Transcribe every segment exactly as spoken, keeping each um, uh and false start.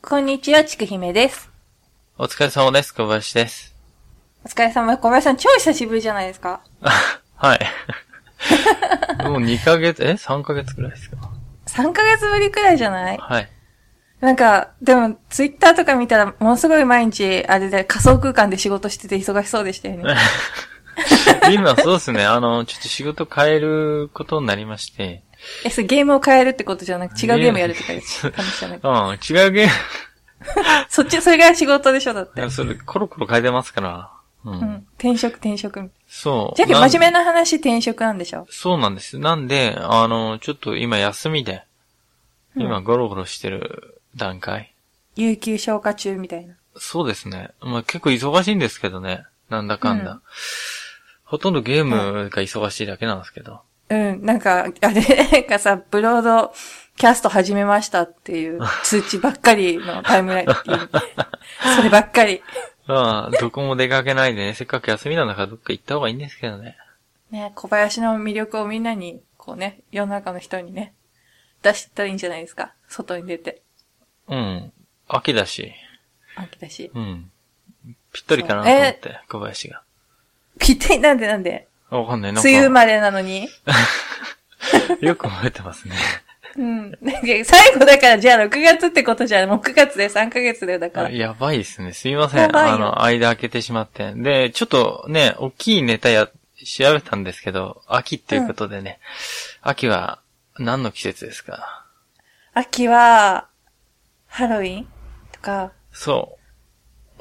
こんにちは、ちくひめです。 お疲れ様です。小林です。 お疲れ様。小林さん、超久しぶりじゃないですか。 はい。もうにかげつ、え ?さん ヶ月くらいですか ? さん ヶ月ぶりくらいじゃない？ はい。 なんか、でも、ツイッターとか見たら、ものすごい毎日、あれで仮想空間で仕事してて忙しそうでしたよね。 今そうですね。あの、ちょっと仕事変えることになりまして。 え、それゲームを変えるってことじゃなくて、違うゲームやるとかいう話じゃなくて。 うん、違うゲーム。 そっち、それが仕事でしょ、だって。 それ、コロコロ変えてますから。うん。うん、 転職、転職。 そう。 じゃあ、真面目な話、転職なんでしょ？ そうなんです。なんで、あの、ちょっと今休みで、今ゴロゴロしてる段階。 うん、有給消化中みたいな。 そうですね。まあ結構忙しいんですけどね。なんだかんだ。うん、ほとんどゲームが忙しいだけなんですけど。 うん、なんか、あれがさ、ブロードキャスト始めましたっていう通知ばっかりのタイムラインっていう。そればっかり。 まあ、どこも出かけないでね、せっかく休みなんだからどっか行った方がいいんですけどね。 ね、小林の魅力をみんなに、こうね、世の中の人にね、出したらいいんじゃないですか。外に出て。 うん。秋だし。 秋だし。 うん。ぴったりかなと思って、小林が。 ぴったりなんでなんでわかんない。なんか梅雨生まれなのによく覚えてますね。 うん。最後だからじゃあろくがつってことじゃん。もうくがつでさんかげつでだから。 やばいですね。すいません。あの、間開けてしまって。で、ちょっとね、大きいネタや、調べたんですけど、秋っていうことでね。うん、秋は何の季節ですか？ 秋は、ハロウィンとか。 そう。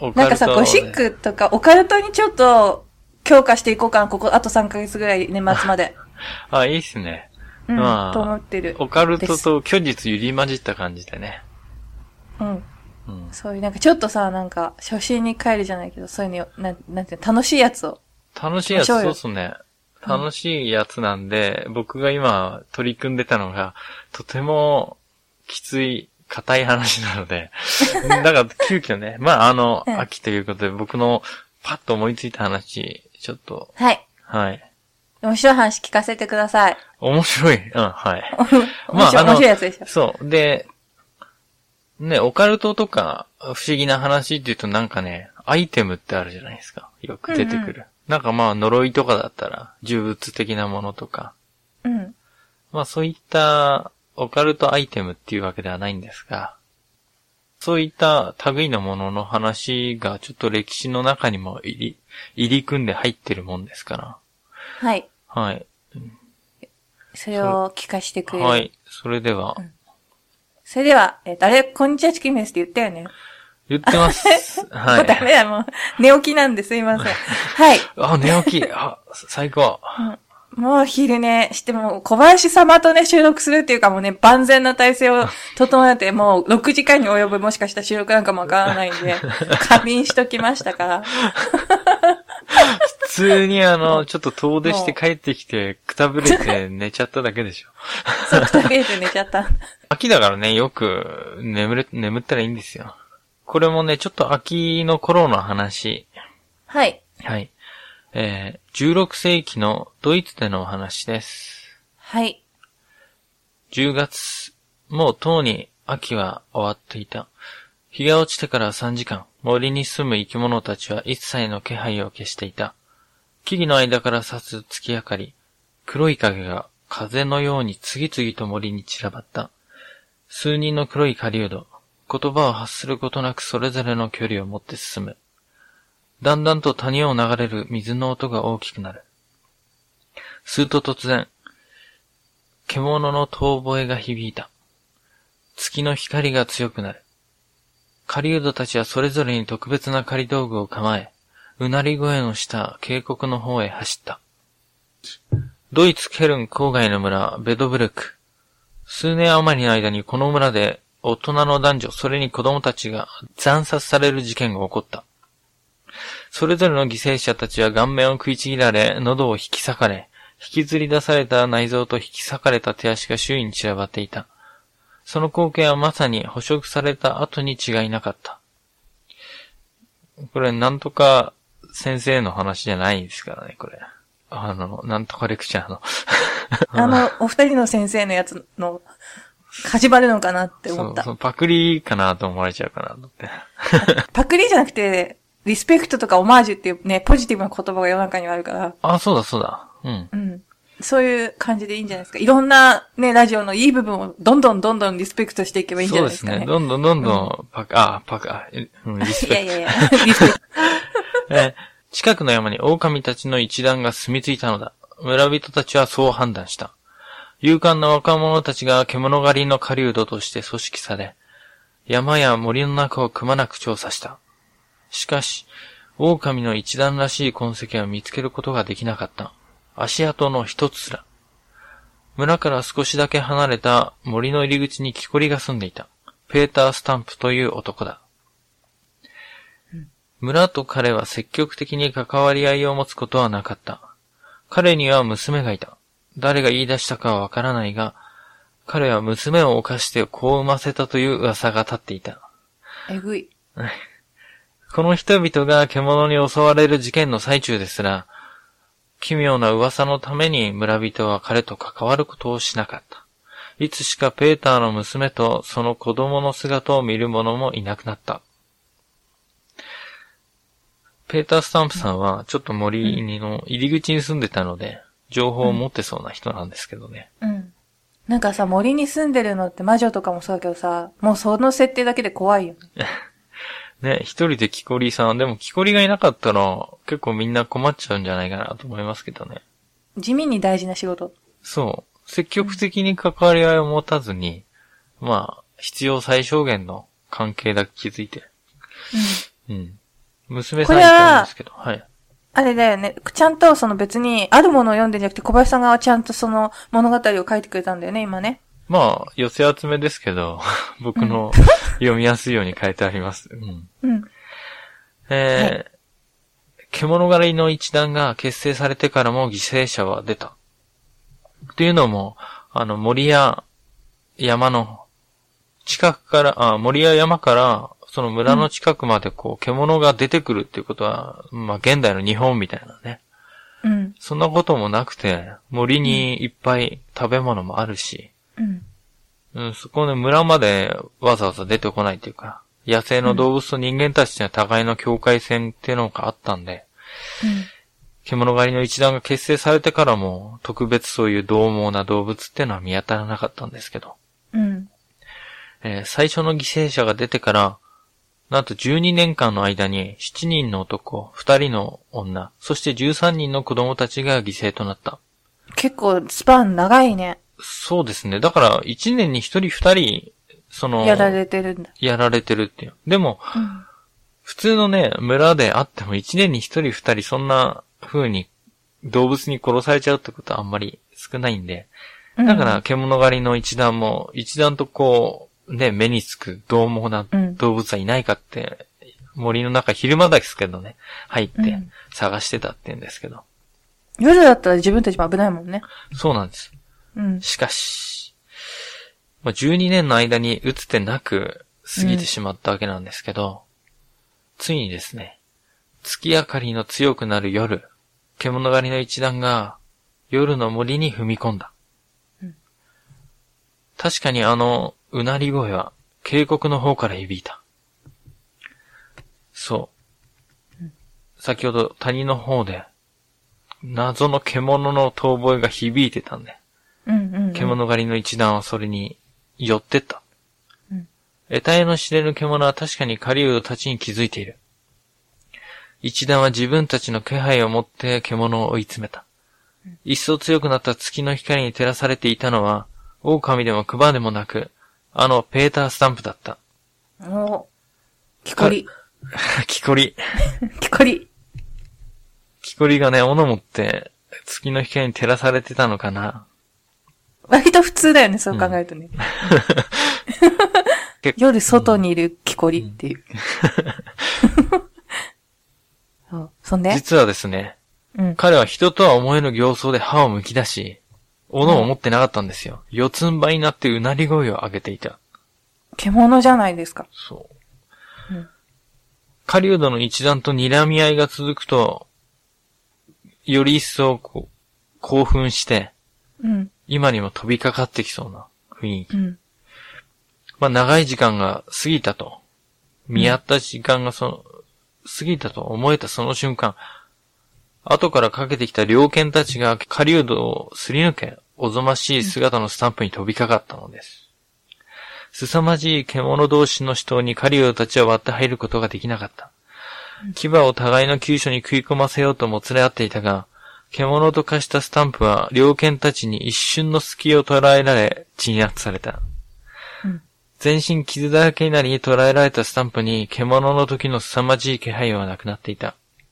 オカルトなんかさ、ゴシックとか、オカルトにちょっと強化していこうかな。ここ、あとさんかげつぐらい、年末まで。 あ、いいっすね。 うん、まあ、と思ってる。 オカルトと虚実入り混じった感じでね。 うん。うん。そういうなんかちょっとさ、なんか初心に帰るじゃないけど、そういうの、ななんていうの、楽しいやつを。 楽しいやつ、そうっすね。楽しいやつなんで、うん、僕が今取り組んでたのが、とてもきつい、硬い話なので、だから急遽ね、まああの、うん、秋ということで僕のパッと思いついた話、ちょっと。 はい。 はい。 面白い話聞かせてください。 面白い。うん、はい。 まあ、面白いやつでしょ。 そう。で、ね、オカルトとか不思議な話って言うとなんかね、アイテムってあるじゃないですか。よく出てくる。うんうん、なんかまあ、呪いとかだったら、呪物的なものとか。 うん。 まあ、そういったオカルトアイテムっていうわけではないんですが、そういった類のものの話がちょっと歴史の中にも入り、入り組んで入ってるもんですから。 はい。 はい。 それを聞かせてくれる。 はい。それでは。うん、 それでは、えっと、あれ、こんにちはチキンですって言ったよね。 言ってます。はい。 もうダメだ、もう。寝起きなんですいません。はい。 あ、寝起き。あ、最高。 うんもう昼寝しても、小林様とね、収録するっていうかもうね、万全な体制を整えて、もうろくじかんに及ぶもしかしたら収録なんかもわからないんで、仮眠しときましたから。 普通にあの、ちょっと遠出して帰ってきて、くたぶれて寝ちゃっただけでしょ。 そう、くたぶれて寝ちゃった。 秋だからね、よく眠れ、眠ったらいいんですよ。これもね、ちょっと秋の頃の話。 はい。 はい。えー、じゅうろくせいきのドイツでのお話です。 はい。 じゅうがつ、もうとうに秋は終わっていた。日が落ちてからさんじかん、森に住む生き物たちは一切の気配を消していた。木々の間から差す月明かり、黒い影が風のように次々と森に散らばった。数人の黒い狩人、言葉を発することなくそれぞれの距離を持って進む。だんだんと谷を流れる水の音が大きくなる。すると突然、獣の遠吠えが響いた。月の光が強くなる。狩人たちはそれぞれに特別な狩り道具を構え、うなり声のした渓谷の方へ走った。ドイツ・ケルン郊外の村、ベドブルク。数年余りの間にこの村で大人の男女、それに子供たちが惨殺される事件が起こった。それぞれの犠牲者たちは顔面を食いちぎられ、喉を引き裂かれ、引きずり出された内臓と引き裂かれた手足が周囲に散らばっていた。その光景はまさに捕食された後に違いなかった。これなんとか先生の話じゃないですからね、これ。あの、なんとかレクチャーの。 あの、お二人の先生のやつの始まるのかなって思った。 そうそう、パクリかなと思われちゃうかなと思って。 パクリじゃなくて、リスペクトとかオマージュっていうね、ポジティブな言葉が世の中にはあるから。 あ、そうだそうだ。うん。 うん。そういう感じでいいんじゃないですか。いろんなね、ラジオのいい部分をどんどんどんどんリスペクトしていけばいいんじゃないですかね。 そうですね。どんどんどんどんパク、うん、あ、パク、あ、うん、リスペクト。 いやいやいや、リスペクト。 え、近くの山に狼たちの一団が住み着いたのだ。村人たちはそう判断した。勇敢な若者たちが獣狩りの狩人として組織され、山や森の中をくまなく調査した。しかし、狼の一団らしい痕跡は見つけることができなかった。足跡の一つすら。村から少しだけ離れた森の入り口に木こりが住んでいた。ペーター・スタンプという男だ。うん、村と彼は積極的に関わり合いを持つことはなかった。彼には娘がいた。誰が言い出したかはわからないが、彼は娘を犯して子を産ませたという噂が立っていた。 えぐい。 この人々が獣に襲われる事件の最中ですら、奇妙な噂のために村人は彼と関わることをしなかった。いつしかペーターの娘とその子供の姿を見る者もいなくなった。ペーター・スタンプさんはちょっと森の入り口に住んでたので、情報を持ってそうな人なんですけどね。 うん。うん、なんかさ、森に住んでるのって魔女とかもそうだけどさ、もうその設定だけで怖いよね。 ね、一人でキコリさん。でもキコリがいなかったら結構みんな困っちゃうんじゃないかなと思いますけどね。 地味に大事な仕事。 そう。積極的に関わり合いを持たずに、うん、まあ、必要最小限の関係だけ築いて。うん。うん。娘さんいたんですけど、はい。 あれだよね。ちゃんとその別にあるものを読んでんじゃなくて小林さんがちゃんとその物語を書いてくれたんだよね、今ね。 まあ、寄せ集めですけど、僕の読みやすいように書いてあります。うん。うん、えー、はい、獣狩りの一団が結成されてからも犠牲者は出た。っていうのも、あの、森や山の近くから、あ、森や山から、その村の近くまでこう、獣が出てくるっていうことは、うん、まあ、現代の日本みたいなね。うん。そんなこともなくて、森にいっぱい食べ物もあるし、うんうん、そこで村までわざわざ出てこないっていうか、野生の動物と人間たちには互いの境界線っていうのがあったんで、うん、獣狩りの一団が結成されてからも特別そういう獰猛な動物っていうのは見当たらなかったんですけど、うんえー、最初の犠牲者が出てから、なんとじゅうにねんかんの間にしちにんの男、ふたりの女、そしてじゅうさんにんの子供たちが犠牲となった。 結構スパン長いね。 そうですね。だから、一年に一人二人、その、 やられてるんだ。 やられてるっていう。でも、うん、普通のね、村であっても一年に一人二人そんな風に動物に殺されちゃうってことはあんまり少ないんで。だから、獣狩りの一団も、一団とこう、ね、目につく獰猛な動物はいないかって、うん、森の中昼間ですけどね、入って探してたって言うんですけど。 うん、夜だったら自分たちも危ないもんね。 そうなんです。うん、しかし、まあ、じゅうにねんの間に打つてなく過ぎてしまったわけなんですけど、うん、ついにですね、月明かりの強くなる夜、獣狩りの一団が夜の森に踏み込んだ。うん、確かにあのうなり声は渓谷の方から響いた。そう。うん、先ほど谷の方で謎の獣の遠吠えが響いてたんで。うんうんうん、獣狩りの一団はそれに寄ってった。うん、得体の知れぬ獣は確かに狩人たちに気づいている。一団は自分たちの気配を持って獣を追い詰めた。うん、一層強くなった月の光に照らされていたのは、狼でも熊でもなく、あのペーター・スタンプだった。 お木こり。 木こり。 木こり。 木こりがね、斧持って月の光に照らされてたのかな。 割と普通だよね、そう考えるとね。うん、夜外にいる木こりっていう。うん、そう。そんで実はですね、うん、彼は人とは思えぬ形相で歯を剥き出し、斧を持ってなかったんですよ。うん、四つん這いになってうなり声を上げていた。 獣じゃないですか。 そう。うん、狩人の一団と睨み合いが続くと、より一層こう興奮して、うん、今にも飛びかかってきそうな雰囲気。うん、 まあ長い時間が過ぎたと。見合った時間がその、過ぎたと思えたその瞬間、後からかけてきた猟犬たちが狩人をすり抜け、おぞましい姿のスタンプに飛びかかったのです。凄まじい獣同士の死闘に狩人たちは割って入ることができなかった。牙を互いの急所に食い込ませようともつれ合っていたが、獣と化したスタンプは猟犬たちに一瞬の隙を捉えられ、鎮圧された。うん、全身傷だらけになり捉えられたスタンプに獣の時の凄まじい気配はなくなっていた。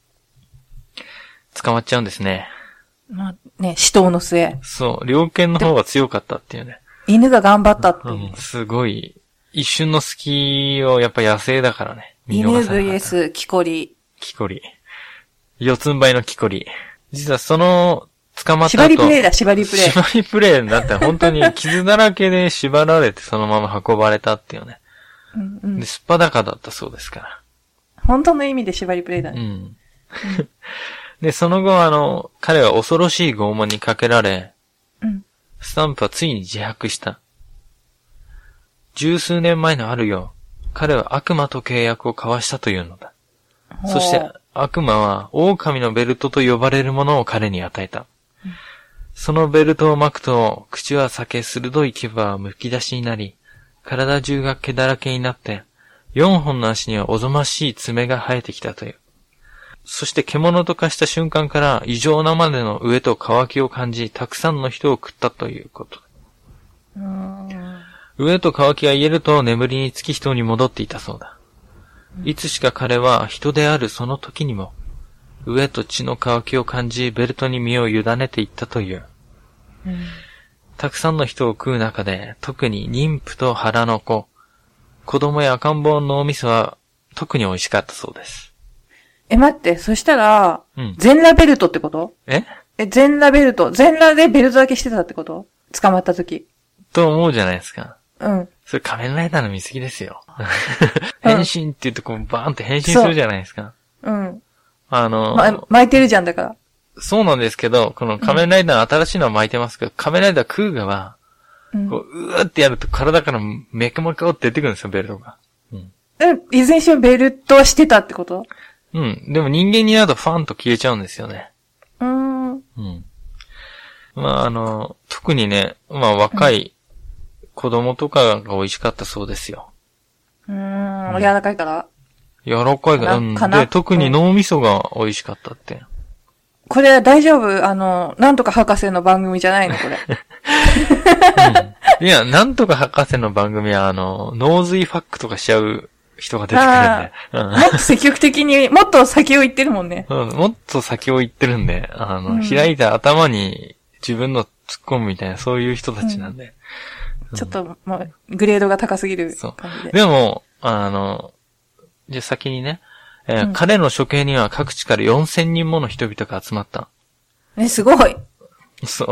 捕まっちゃうんですね。 まあね、死闘の末。 そう、猟犬の方が強かったっていうね。 犬が頑張ったっていう。 うん、すごい、一瞬の隙をやっぱ野生だからね。 犬 ブイエス 木こり。 木こり。四つん這いの木こり。実はその、捕まった後。 縛りプレイだ、縛りプレイ。 縛りプレイだって本当に傷だらけで縛られてそのまま運ばれたっていうね。うんうん、で、すっぱだかだったそうですから。 本当の意味で縛りプレイだね。うん。うん、 で、その後あの、彼は恐ろしい拷問にかけられ、うん、スタンプはついに自白した。十数年前のある夜、彼は悪魔と契約を交わしたというのだ。そして悪魔は狼のベルトと呼ばれるものを彼に与えた。うん、そのベルトを巻くと、口は裂け鋭い牙はむき出しになり、体中が毛だらけになって、四本の足にはおぞましい爪が生えてきたという。そして獣と化した瞬間から異常なまでの飢えと渇きを感じ、たくさんの人を食ったということ。うーん飢えと渇きが癒えると眠りにつき人に戻っていたそうだ。いつしか彼は人であるその時にも、飢えと血の渇きを感じ、ベルトに身を委ねていったという。うん、たくさんの人を食う中で、特に妊婦と腹の子、子供や赤ん坊の脳みそは特に美味しかったそうです。 え、待って、そしたら、うん、全裸ベルトってこと？ ええ、全裸ベルト。全裸でベルトだけしてたってこと？捕まった時。 と思うじゃないですか。 うん。 それ仮面ライダーの見過ぎですよ。変身って言うとこうバーンって変身するじゃないですか。う。うん。あの、 ま、巻いてるじゃんだから。 そうなんですけど、この仮面ライダー新しいのは巻いてますけど、うん、仮面ライダークーガは、うん、こう、うーってやると体からメカメカって出てくるんですよ、ベルトが。 うん。いずれにしろベルトはしてたってこと？ うん。でも人間になるとファンと消えちゃうんですよね。 うーん。うん。 まああの、特にね、まあ若い子供とかが美味しかったそうですよ。 うーん。うん、柔らかいから柔らかいから、うん。で、特に脳みそが美味しかったって。 これ大丈夫？あの、なんとか博士の番組じゃないのこれ。 うん、いや、なんとか博士の番組は、あの、脳髄ファックとかしちゃう人が出てくるんで。 うん、もっと積極的に、もっと先を言ってるもんね。 うん、もっと先を言ってるんで、あの、うん、開いた頭に自分の突っ込むみたいな、そういう人たちなんで。 うん、ちょっと、まあ、グレードが高すぎる感じで。 でも、あの、じゃあ先にね、えーうん、彼の処刑には各地からよんせんにんもの人々が集まった。 え、すごい。 そう。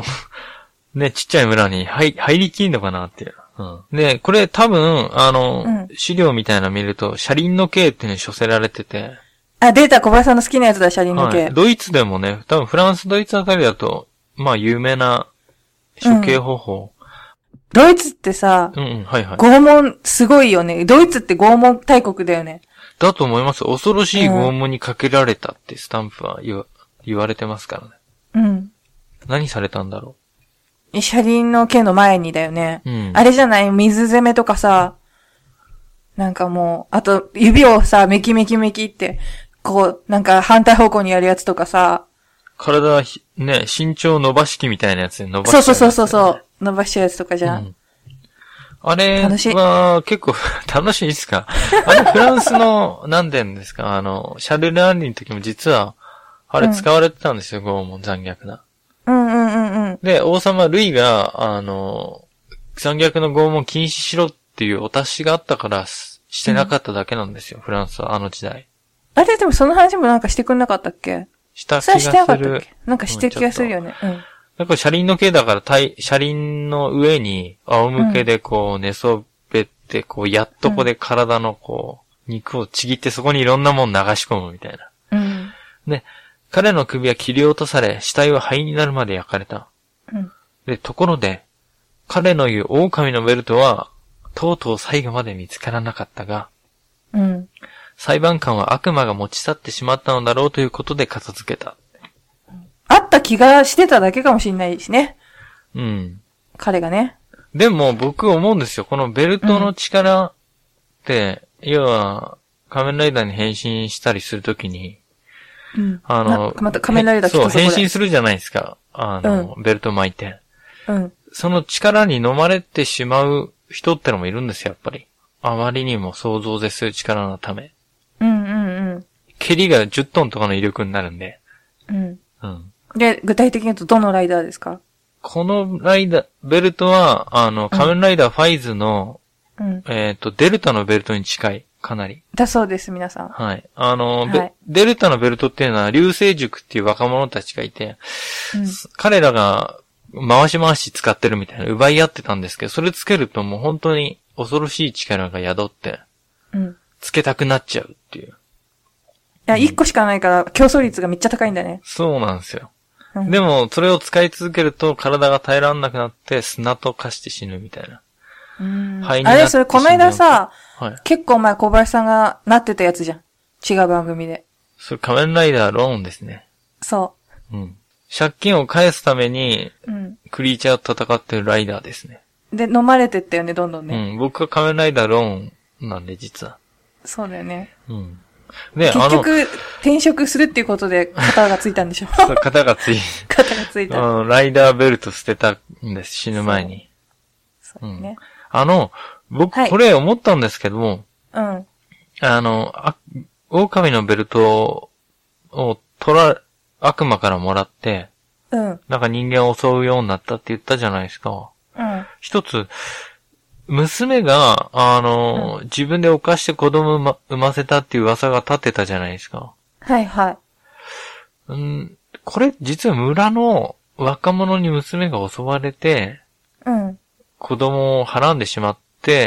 ね、ちっちゃい村に入、入りきんのかなっていう。うん。で、これ多分、あの、うん、資料みたいなの見ると、車輪の刑っていうのに処せられてて。 あ、データ小林さんの好きなやつだ、車輪の刑、はい。 ドイツでもね、多分フランス、ドイツあたりだと、まあ有名な処刑方法。うん、 ドイツってさ、 うんうん、はいはい。 拷問すごいよね。ドイツって拷問大国だよね。 だと思います。恐ろしい拷問にかけられたってスタンプは言わ、言われてますからね。うん。何されたんだろう。車輪の刑の前にだよね。 うん。 あれじゃない？水攻めとかさ、なんかもう、あと指をさ、メキメキメキって、こう、なんか反対方向にやるやつとかさ。 体、ね、身長伸ばし器みたいなやつで伸ばしちゃう、 ね。そうそうそうそう、伸ばしちゃうやつとかじゃん。うんあれは結構楽しいですか？あのフランスの何点ですか？あの、シャルル・アンリの時も実は、あれ使われてたんですよ、拷問、残虐な。 うんうんうんうん。 で、王様ルイが、あの、残虐の拷問禁止しろっていうお達しがあったからしてなかっただけなんですよ、うん、フランスはあの時代。 あれでもその話もなんかしてくんなかったっけ？ した気がする。 してなかったっけ？なんかしてる気がするよね。うん。 やっぱり車輪の刑だから、車輪の上に仰向けでこう寝そべって、こうやっとこで体のこう、肉をちぎってそこにいろんなもん流し込むみたいな。 うん。 で、彼の首は切り落とされ、死体は灰になるまで焼かれた。 うん。 で、ところで、彼の言う狼のベルトは、 とうとう最後まで見つからなかったが、 うん。 裁判官は悪魔が持ち去ってしまったのだろうということで片付けた。 あった気がしてただけかもしれないしね。 うん。 彼がね。 でも僕思うんですよ。このベルトの力って、うん、要は仮面ライダーに変身したりするときに、 うん、 あの、 また仮面ライダー来たそう、変身するじゃないですか。あの、うん、ベルト巻いて。 うん。 その力に飲まれてしまう人ってのもいるんですよ、やっぱり。あまりにも想像を絶する力のため。 うんうんうん。 蹴りがじゅっトンとかの威力になるんで。 うん。 うん。 で、具体的に言うとどのライダーですか？ このライダー、ベルトは、あの、仮面ライダーファイズの、うん、えっと、デルタのベルトに近い。かなり。 だそうです、皆さん。 はい。あの、 はい、 デルタのベルトっていうのは、流星塾っていう若者たちがいて、うん、彼らが回し回し使ってるみたいな、奪い合ってたんですけど、それつけるともう本当に恐ろしい力が宿って、うん、つけたくなっちゃうっていう。いや、一個しかないから競争率がめっちゃ高いんだね。 そうなんですよ。うん、でも、それを使い続けると体が耐えらんなくなって砂と化して死ぬみたいな。 うん。あれ、それこの間さ、はい、結構前小林さんがなってたやつじゃん。違う番組で。 それ仮面ライダーローンですね。 そう。 うん。借金を返すために、うん。クリーチャーと戦ってるライダーですね。 で、飲まれてったよね、どんどんね。 うん。僕は仮面ライダーローンなんで、実は。 そうだよね。 うん。で、 結局、転職するっていうことで、肩がついたんでしょ。 そう、肩がついた。肩がついた。 うん、ライダーベルト捨てたんです、死ぬ前に。 そう。そうね。 うん、あの、僕、はい、これ思ったんですけども、 うん。 あの、あ、狼のベルトを取ら、悪魔からもらって、 うん。 なんか人間を襲うようになったって言ったじゃないですか。 うん。 一つ、娘が、あの、うん、自分で犯して子供ま産ませたっていう噂が立ってたじゃないですか。 はいはい。 うん、これ実は村の若者に娘が襲われて、 うん。 子供をはらんでしまって、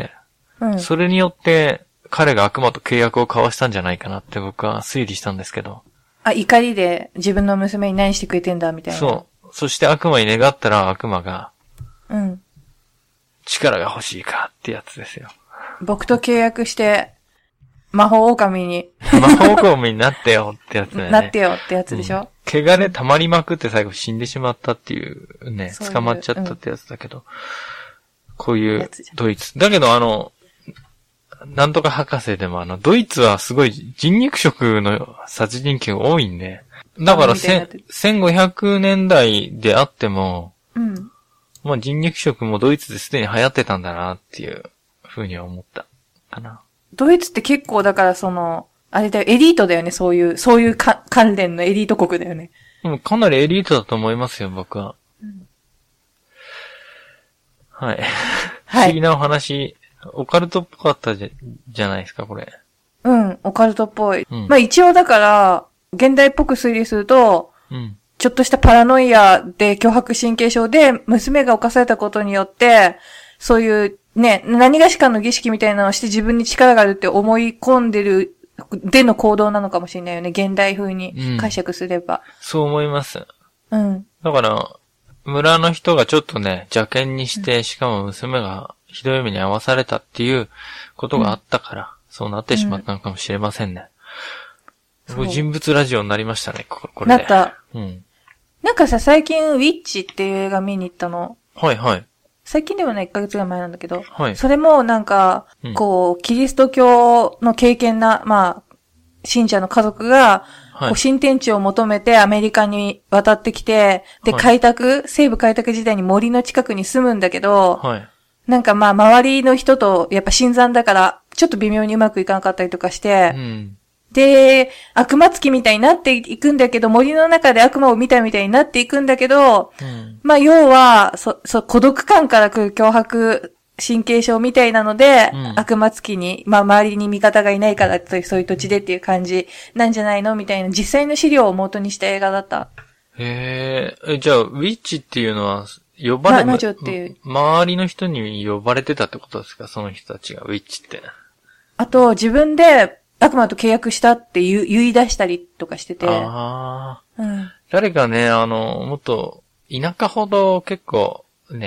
うん。 それによって彼が悪魔と契約を交わしたんじゃないかなって僕は推理したんですけど。 あ、怒りで自分の娘に何してくれてんだみたいな。 そう。そして悪魔に願ったら悪魔が、 うん。 力が欲しいかってやつですよ。 僕と契約して、魔法狼に。 魔法狼になってよってやつだよね。 なってよってやつでしょ、うん、 怪我で溜まりまくって最後死んでしまったっていうね、ういう捕まっちゃったってやつだけど、うん、こういうドイツ。だけどあの、なんとか博士でもあの、ドイツはすごい人肉食の殺人鬼が多いんで、だからせんごひゃくねんだいであっても、 うん。 まあ人肉食もドイツですでに流行ってたんだなっていうふうには思ったかな。 ドイツって結構だからその、あれだよ、エリートだよね、そういう、そういうか関連のエリート国だよね。 でもかなりエリートだと思いますよ、僕は。うん、はい。不思議なお話、オカルトっぽかったじゃ、じゃないですか、これ。 うん、オカルトっぽい。うん、まあ一応だから、現代っぽく推理すると、 うん、 ちょっとしたパラノイアで強迫神経症で娘が犯されたことによって、そういうね、何がしかの儀式みたいなのをして自分に力があるって思い込んでるでの行動なのかもしれないよね。現代風に解釈すれば。 うん、そう思います。 うん。 だから、村の人がちょっとね、邪険にして、うん、しかも娘がひどい目に遭わされたっていうことがあったから、うん、そうなってしまったのかもしれませんね。うん、人物ラジオになりましたね、これで。 なった。 うん。 なんかさ、最近、ウィッチっていう映画見に行ったの。 はいはい。 最近ではね、いっかげつぐらい前なんだけど。 はい。 それもなんか、うん、こう、キリスト教の敬虔な、まあ、信者の家族が、はい、こう新天地を求めてアメリカに渡ってきて、で、はい、開拓、西部開拓時代に森の近くに住むんだけど、 はい。 なんかまあ、周りの人と、やっぱ新参だから、ちょっと微妙にうまくいかなかったりとかして、 うん。 で、悪魔つきみたいになっていくんだけど、森の中で悪魔を見たみたいになっていくんだけど、 うん、 まあ、要は、そ、そ、孤独感から来る脅迫神経症みたいなので、うん、悪魔つきに、まあ、周りに味方がいないからという、そういう土地でっていう感じなんじゃないのみたいな、実際の資料を元にした映画だった。 へえ、じゃあ、ウィッチっていうのは、呼ばれ、 魔女っていう。 周りの人に呼ばれてたってことですか？その人たちが、ウィッチって。 あと、自分で、悪魔と契約したって言い、言い出したりとかしてて。 ああ。 うん。 誰かね、あの、もっと、田舎ほど結構ね、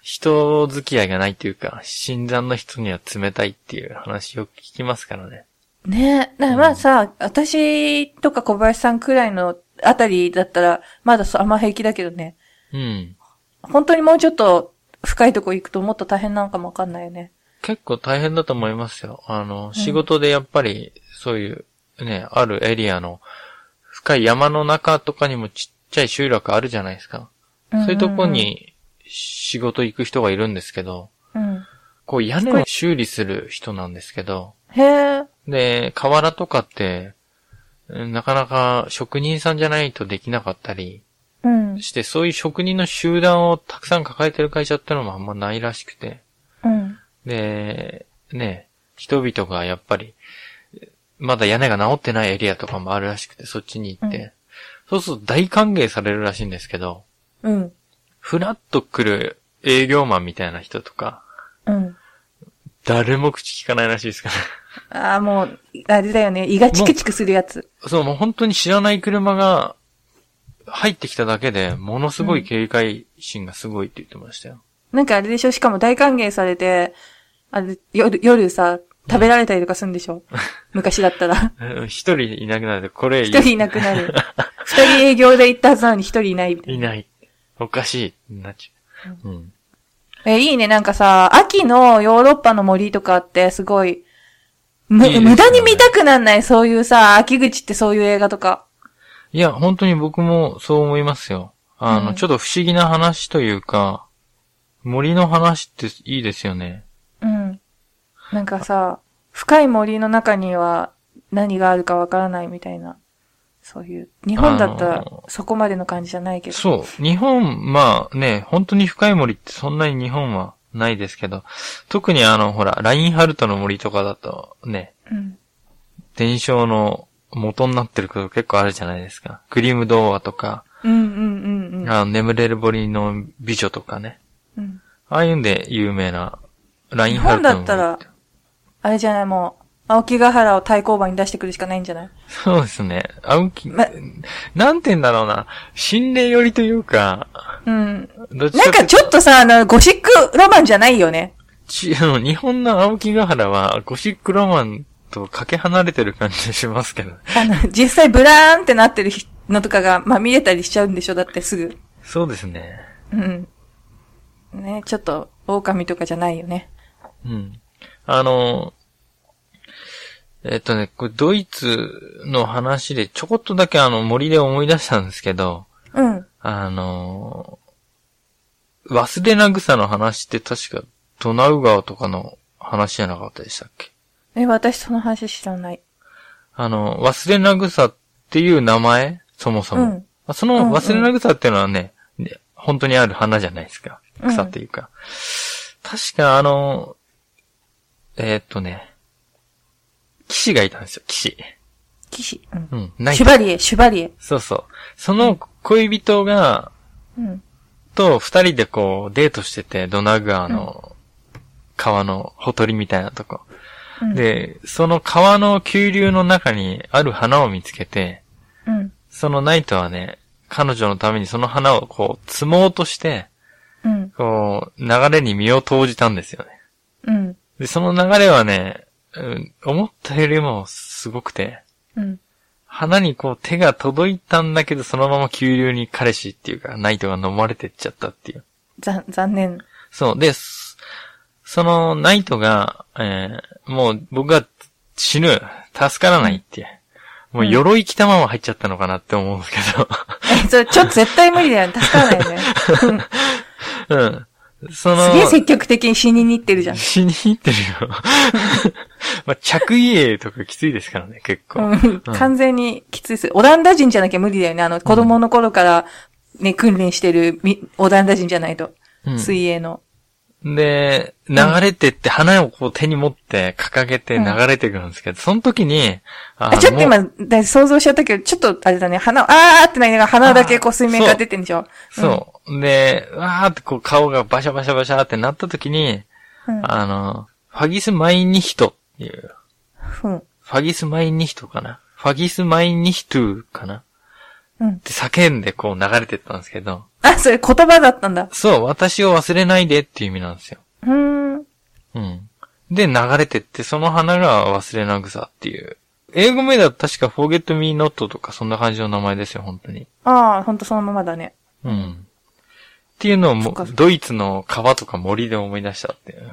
人付き合いがないっていうか、新参の人には冷たいっていう話よく聞きますからね。 ねえ。だからまあさ、うん、私とか小林さんくらいのあたりだったら、まだあんま平気だけどね。 うん。 本当にもうちょっと深いとこ行くともっと大変なのかもわかんないよね。 結構大変だと思いますよ。あの、仕事でやっぱり、そういうね、あるエリアの深い山の中とかにもちっちゃい集落あるじゃないですか。うんうんうん、そういうとこに仕事行く人がいるんですけど、 うん、 こう屋根を修理する人なんですけど、 へー。 で、瓦とかって、なかなか職人さんじゃないとできなかったり、 うん、 して、そういう職人の集団をたくさん抱えてる会社ってのもあんまないらしくて、 うん、 で、ね、人々がやっぱり、まだ屋根が直ってないエリアとかもあるらしくて、そっちに行って、うん、そうすると大歓迎されるらしいんですけど、 うん。 フラッと来る営業マンみたいな人とか、 うん。 誰も口聞かないらしいですからね。 ああ、もう、あれだよね。胃がチクチクするやつ。 そう、もう本当に知らない車が入ってきただけで、ものすごい警戒心がすごいって言ってましたよ。 うん、なんかあれでしょ、しかも大歓迎されて、あれ、夜、夜さ、食べられたりとかするんでしょ、うん、昔だったら。 一人いなくなる。これ、 一人いなくなる。二人営業で行ったはずなのに一人いないみたいな。 いない。おかしい。なっちゃう。うん。 え、いいね。なんかさ、秋のヨーロッパの森とかってすごい、む、いいね、無駄に見たくなんない？そういうさ、秋口ってそういう映画とか。 いや、本当に僕もそう思いますよ。あの、うん、ちょっと不思議な話というか、森の話っていいですよね。 うん。なんかさ、深い森の中には何があるかわからないみたいな。そういう。日本だったらそこまでの感じじゃないけど。 そう。日本、まあね、本当に深い森ってそんなに日本はないですけど、特にあの、ほら、ラインハルトの森とかだとね、 うん、 伝承の元になってること結構あるじゃないですか。グリム童話とか、 うんうんうんうん、 あの眠れる森の美女とかね。 うん、 ああいうんで有名なラインハルトの森。 日本だったら、あれじゃない、もう、青木ヶ原を対抗馬に出してくるしかないんじゃない？ そうですね。青木、ま、なんて言うんだろうな。心霊寄りというか。 うん。なんかちょっとさ、あの、ゴシックロマンじゃないよね。 ち、あの、日本の青木ヶ原はゴシックロマンとかけ離れてる感じがしますけど。 あの、実際ブラーンってなってるのとかが、まあ見えたりしちゃうんでしょ？だってすぐ。 そうですね。 うん。ね、ちょっと、狼とかじゃないよね。 うん。あの、えっとね、これドイツの話でちょこっとだけあの森で思い出したんですけど、 うん。 あの、忘れな草の話って確かドナウ川とかの話じゃなかったでしたっけ？ え、私その話知らない。 あの、忘れな草っていう名前そもそも。うん、その忘れな草っていうのはね、うんうん、本当にある花じゃないですか。草っていうか。うん、確かあの、えー、っとね、騎士がいたんですよ、騎士。 騎士うん。 うん。ナイト。シュバリエ、シュバリエ。 そうそう。その恋人が、 うん。 と二人でこうデートしてて、ドナウ川の川のほとりみたいなとこ。うん、で、その川の急流の中にある花を見つけて、 うん。 そのナイトはね、彼女のためにその花をこう摘もうとして、 うん。 こう流れに身を投じたんですよね。 うん。 で、その流れはね、うん、思ったよりもすごくて、 うん、 花にこう手が届いたんだけど、そのまま急流に彼氏っていうか、ナイトが飲まれてっちゃったっていう。 ざ、残念。 そう。で、そのナイトが、えー、もう僕が死ぬ、助からないっていう。うん、もう鎧着たまま入っちゃったのかなって思うんですけど。 え、それちょっと絶対無理だよね。助からないよね。 うん。その、 すげえ積極的に死にに行ってるじゃん。 死にに行ってるよ。まあ、着衣とかきついですからね、結構。 うんうん、完全にきついです。オランダ人じゃなきゃ無理だよね。あの、子供の頃からね、訓練してるオランダ人じゃないと。うん、水泳の。 で、流れてって、花をこう手に持って掲げて流れてくるんですけど、うん、その時に、 あちょっと今、想像しちゃったけど、ちょっと、あれだね、花を、あーってなりながら鼻だけこう水面から出てんでしょ。 そう。そう、うん、で、わーってこう顔がバシャバシャバシャってなった時に、うん、あの、ファギスマイニヒトっていう。 うん、 ファギスマイニヒトかなファギスマイニヒトゥかな、 うん。 って叫んでこう流れてったんですけど。 あ、それ言葉だったんだ。 そう、私を忘れないでっていう意味なんですよ。 うーん。 うん。で、流れてって、その花が忘れな草っていう。英語名だと確か Forget Me Not とかそんな感じの名前ですよ、本当に。 ああ、ほんとそのままだね。 うん。っていうのをも、ドイツの川とか森で思い出したっていう。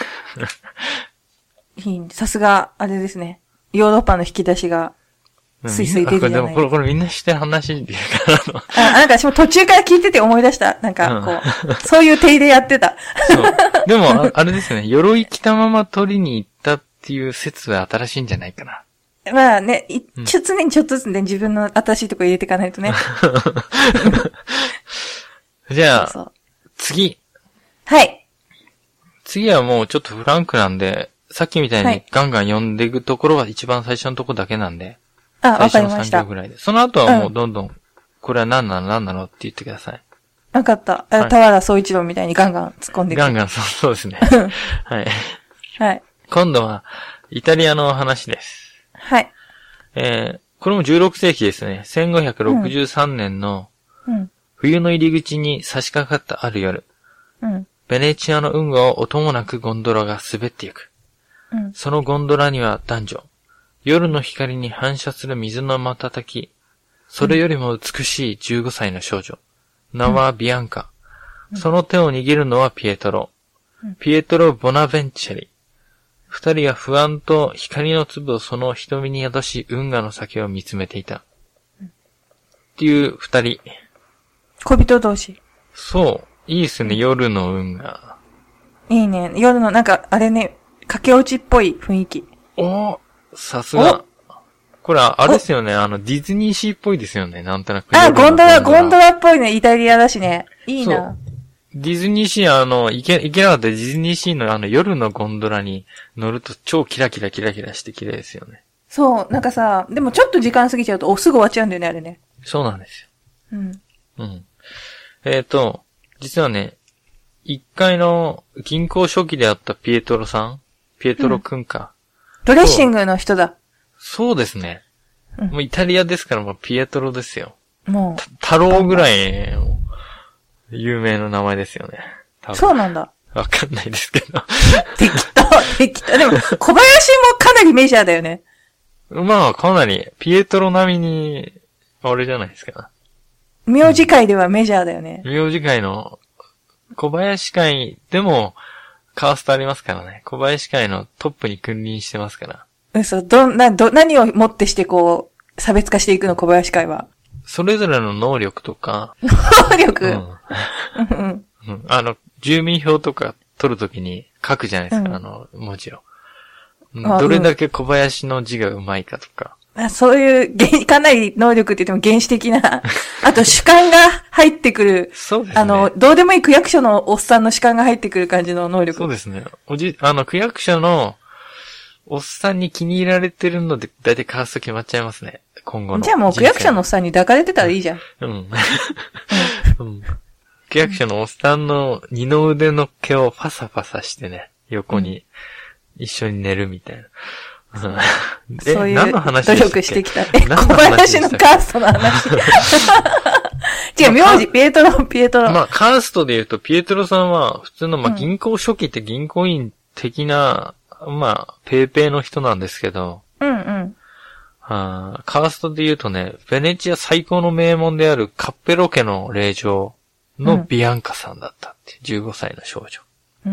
いいね。さすが、あれですね。ヨーロッパの引き出しが、スイスイ出るじゃない。 でもこれ、これみんな知ってる話っていうかあ、なんか私も途中から聞いてて思い出した。なんか、こう、うん、そういう体でやってた。 そう。でもあ、あれですよね。鎧着たまま取りに行ったっていう説は新しいんじゃないかな。 まあね、いちょ常にちょっとずつね、自分の新しいとこ入れていかないとね。 じゃあ、 そうそう次。 はい。 次はもうちょっとフランクなんで、さっきみたいにガンガン読んでいくところは一番最初のところだけなんで。 あ、わかりました。最初のさん行ぐらいで。その後はもうどんどん、うん、これは何なの何なのって言ってください。 わかった。はい、田原総一郎みたいにガンガン突っ込んでいく。 ガンガン、そう、そうですね。はい。 はい。 今度は、イタリアの話です。 はい。 えー、これもじゅうろくせいきですね。せんごひゃくろくじゅうさんねんの、冬の入り口に差し掛かったある夜、うん、ベネチアの運河を音もなくゴンドラが滑ってゆく。うん、そのゴンドラには男女、夜の光に反射する水の瞬き、それよりも美しいじゅうごさいの少女、名はビアンカ、うん、その手を握るのはピエトロ、うん、ピエトロ・ボナベンチェリ。二人は不安と光の粒をその瞳に宿し、運河の先を見つめていた。っていう二人。 恋人同士。 そう。いいっすね、夜の運河。 いいね。夜の、なんか、あれね、駆け落ちっぽい雰囲気。 おさすが。これ、あれですよね、あの、ディズニーシーっぽいですよね、なんとなく。 あ、ゴンドラ、ゴンドラっぽいね、イタリアだしね。いいな。 ディズニーシー、あの、行け、行けなかったディズニーシーのあの夜のゴンドラに乗ると超キラキラキラキラして綺麗ですよね。 そう、なんかさ、でもちょっと時間過ぎちゃうと、お、すぐ終わっちゃうんだよね、あれね。 そうなんですよ。 うん。 うん。えっと、実はね、一階の銀行初期であったピエトロさんピエトロくんか、 うん。ドレッシングの人だ。 そうですね。うん、もうイタリアですからもうピエトロですよ。 もう。 太郎ぐらい、有名な名前ですよね。 そうなんだ。 わかんないですけど。 適当、適当。でも、小林もかなりメジャーだよね。 まあ、かなり、ピエトロ並みに、あれじゃないですか。 名字界ではメジャーだよね。 名字界の、小林界でも、カーストありますからね。小林界のトップに君臨してますから。 嘘、ど、な、ど、何をもってしてこう、差別化していくの、小林界は。 それぞれの能力とか。 能力、 うんうん、あの、住民票とか取るときに書くじゃないですか、うん、あの、文字を。どれだけ小林の字がうまいかとか。 あ、そういう、かなり能力って言っても原始的な、あと主観が入ってくる。 そうですね。 あの、どうでもいい区役所のおっさんの主観が入ってくる感じの能力。 そうですね。おじ、あの、区役所のおっさんに気に入られてるので、だいたいカースト決まっちゃいますね。今後の。 じゃあもう区役所のおっさんに抱かれてたらいいじゃん。 うん。うん。区役所のおっさんの二の腕の毛をパサパサしてね、横に一緒に寝るみたいな。 うん、そういう努力してきた。え、小林のカーストの話。違う、名字、ピエトロ、ピエトロ。 まあ、カーストで言うと、ピエトロさんは、普通の、まあ、銀行初期って銀行員的な、うん、まあ、ペーペーの人なんですけど、 うんうん。 あカーストで言うとね、ベネチア最高の名門であるカッペロ家の令嬢のビアンカさんだったって、うん、じゅうごさいの少女。 うん。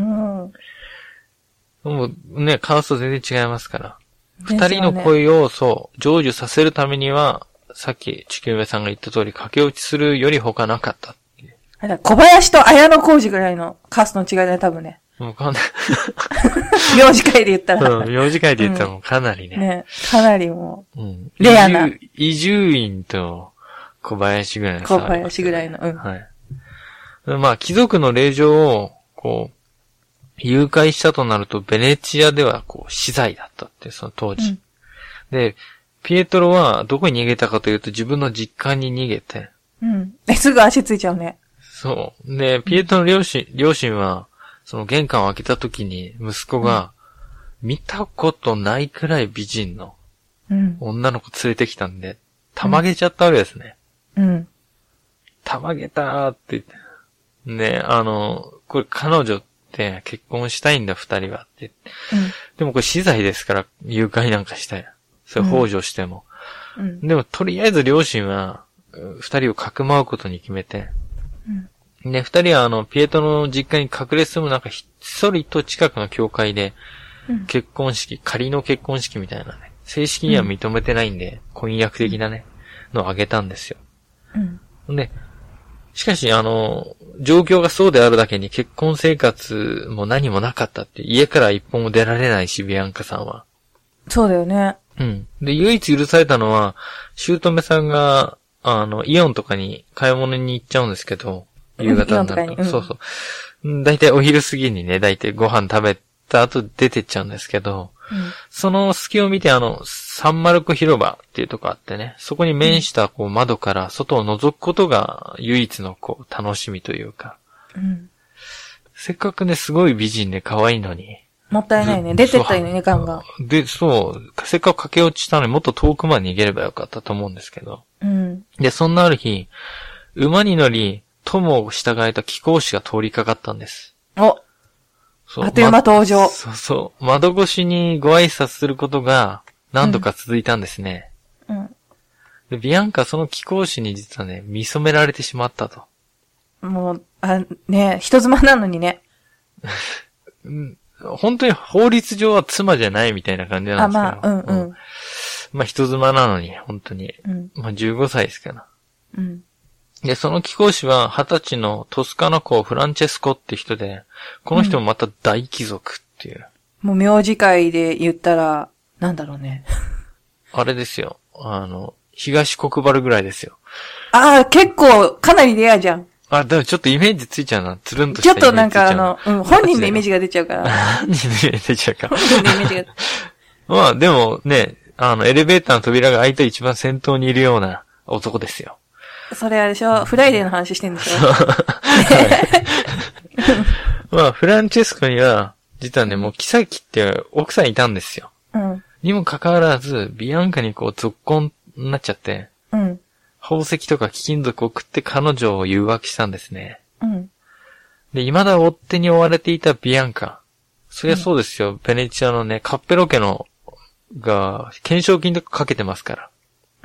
もうね、カースト全然違いますから。二人の恋を、そう、成就させるためには、さっき地球目さんが言った通り、駆け落ちするより他なかったっていう。 あれ小林と綾野浩二ぐらいのカーストの違いだね、多分ね。 もうかなり。 名字界で言ったら。 そう、名字界で言ったらもうかなりね。 うん、ね、かなりもう、 うん、 レアな。 伊集院と小林ぐらいの差、 ね。小林ぐらいの、うん。 はい。まあ、貴族の令嬢を、こう、誘拐したとなると、ベネチアでは、こう、死罪だったって、その当時。うん、で、ピエトロは、どこに逃げたかというと、自分の実家に逃げて。 うん。え、すぐ足ついちゃうね。 そう。で、ピエトロの両親、両親は、その玄関を開けた時に、息子が、見たことないくらい美人の、女の子連れてきたんで、たまげちゃったわけですね。 うん。 たまげたーって言って。ね、あの、これ彼女って結婚したいんだ二人はって。うん、でもこれ死罪ですから、誘拐なんかしたら。それ幇助しても。うん、でもとりあえず両親は、二人をかくまうことに決めて。うん、で、二人はあの、ピエトロの実家に隠れ住む中、ひっそりと近くの教会で、結婚式、うん、仮の結婚式みたいなね。正式には認めてないんで、うん、婚約的なね、のをあげたんですよ。うん、で、しかし、あの、状況がそうであるだけに結婚生活も何もなかったって、家から一歩も出られないし、ビアンカさんは。 そうだよね。 うん。で、唯一許されたのは、姑さんが、あの、イオンとかに買い物に行っちゃうんですけど、夕方になると。うん、そうそう。だいたいお昼過ぎにね、だいたいご飯食べた後出てっちゃうんですけど、うん、その隙を見てあの、サンマルコ広場っていうとこあってね、そこに面したこう窓から外を覗くことが唯一のこう楽しみというか、うん、せっかくね、すごい美人で可愛いのに。 もったいないね。出てったよね、ガンガン。で、そう、せっかく駆け落ちしたのにもっと遠くまで逃げればよかったと思うんですけど。うん、で、そんなある日、馬に乗り、友を従えた貴公子が通りかかったんです。 おあっという間登場、ま。 そうそう。窓越しにご挨拶することが何度か続いたんですね。うん。うん、でビアンカその貴公子に実はね、見初められてしまったと。 もう、あ、ね人妻なのにね。 うん、本当に法律上は妻じゃないみたいな感じなんですけど。あ、まあ、うんうん。うん、まあ人妻なのに、本当に。うん、まあじゅうごさいですから。うん。で、その貴公子は二十歳のトスカナ公フランチェスコって人で、この人もまた大貴族っていう。 うん、もう名字界で言ったら、なんだろうね。 あれですよ。あの、東国原ぐらいですよ。 ああ、結構、かなりレアじゃん。 あ、でもちょっとイメージついちゃうな。つるんとしたイメージついちゃう。 ちょっとなんかあの、うん、本人のイメージが出ちゃうから。 本人のイメージ出ちゃうから。 本人のイメージが。 まあでもね、あの、エレベーターの扉が開いた一番先頭にいるような男ですよ。 それあれでしょフライデーの話してんでしょまあ、フランチェスコには、実はね、もう、キサキって奥さんいたんですよ。うん。にもかかわらず、ビアンカにこう、続婚になっちゃって、うん。宝石とか貴金属を送って彼女を誘惑したんですね。うん。で、未だ追っ手に追われていたビアンカ。そりゃそうですよ。うん、ベネチアのね、カッペロ家の、が、懸賞金とかかけてますから。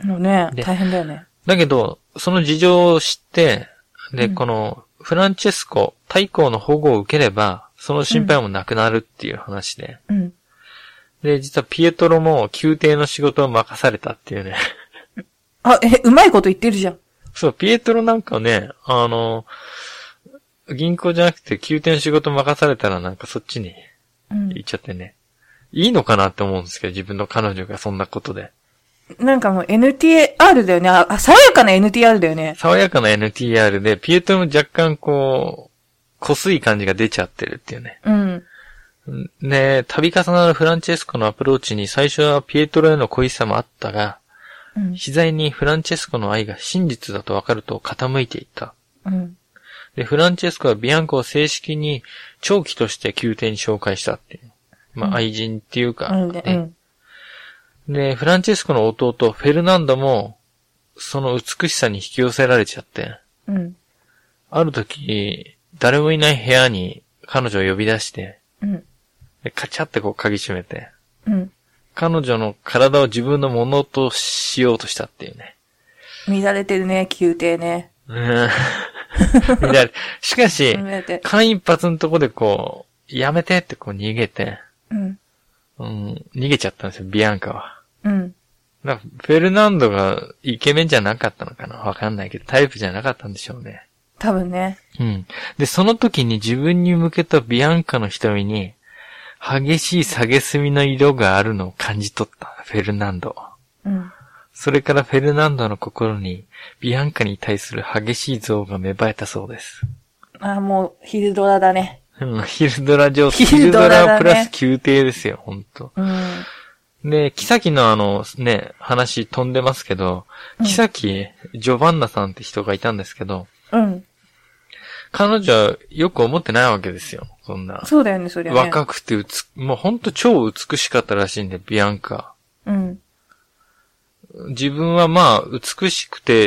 もうね、大変だよね。 だけど、その事情を知って、で、うん、この、フランチェスコ、太后の保護を受ければ、その心配もなくなるっていう話で。うん、で、実はピエトロも宮廷の仕事を任されたっていうね。 あ、え、うまいこと言ってるじゃん。 そう、ピエトロなんかね、あの、銀行じゃなくて宮廷の仕事任されたらなんかそっちに行っちゃってね。うん、いいのかなって思うんですけど、自分の彼女がそんなことで。 なんかもう エヌティーアール だよね。あ、爽やかな エヌティーアール だよね。 爽やかな エヌティーアール で、ピエトロも若干こう、濃すい感じが出ちゃってるっていうね。うん。で、度重なるフランチェスコのアプローチに最初はピエトロへの恋しさもあったが、うん、次第にフランチェスコの愛が真実だと分かると傾いていった。うん。で、フランチェスコはビアンコを正式に長期として宮廷に紹介したっていう。まあ、愛人っていうか、ね、うんうんで、フランチェスコの弟、フェルナンドも、その美しさに引き寄せられちゃって、うん、ある時、誰もいない部屋に彼女を呼び出して、うん、でカチャってこう鍵閉めて、うん、彼女の体を自分のものとしようとしたっていうね。 乱れてるね、宮廷ね。 乱れ。しかし、間一髪のとこでこう、やめてってこう逃げて、うんうん、逃げちゃったんですよ、ビアンカは。うん。だからフェルナンドがイケメンじゃなかったのかなわかんないけど、タイプじゃなかったんでしょうね。 多分ね。 うん。で、その時に自分に向けたビアンカの瞳に、激しい蔑みの色があるのを感じ取った、フェルナンド。うん。それからフェルナンドの心に、ビアンカに対する激しい憎悪が芽生えたそうです。 ああ、もう、ヒルドラだね。 うん、ヒルドラ上、ヒルドラプラス宮廷ですよ、ほんと。うん。で、キサキのあの、ね、話飛んでますけど、うん、キサキ、ジョバンナさんって人がいたんですけど、うん。彼女はよく思ってないわけですよ、そんな。 そうだよね、そりゃね。 若くてうつ、もうほんと超美しかったらしいんで、ビアンカ。うん。自分はまあ、美しくて、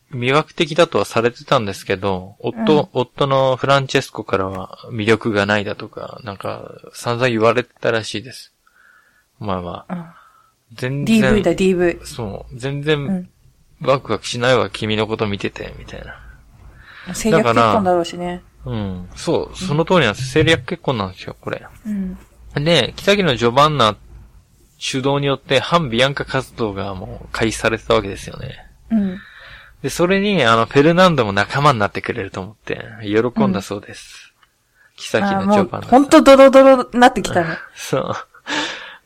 魅惑的だとはされてたんですけど、夫、うん、夫のフランチェスコからは魅力がないだとか、なんか散々言われてたらしいです。お前は。うん、全然。ディーブイ だ、ディーブイ。そう。全然、ワクワクしないわ、君のこと見てて、みたいな。 政略結婚だろうしね。 うん。そう、その通りなんです。政略結婚なんですよ、これ。うん。で、北木のジョバンナ主導によって反ビアンカ活動がもう開始されてたわけですよね。うん。で、それに、あの、フェルナンドも仲間になってくれると思って、喜んだそうです。うん、北木のジョバンナ。 ほんとドロドロになってきたね。 そう。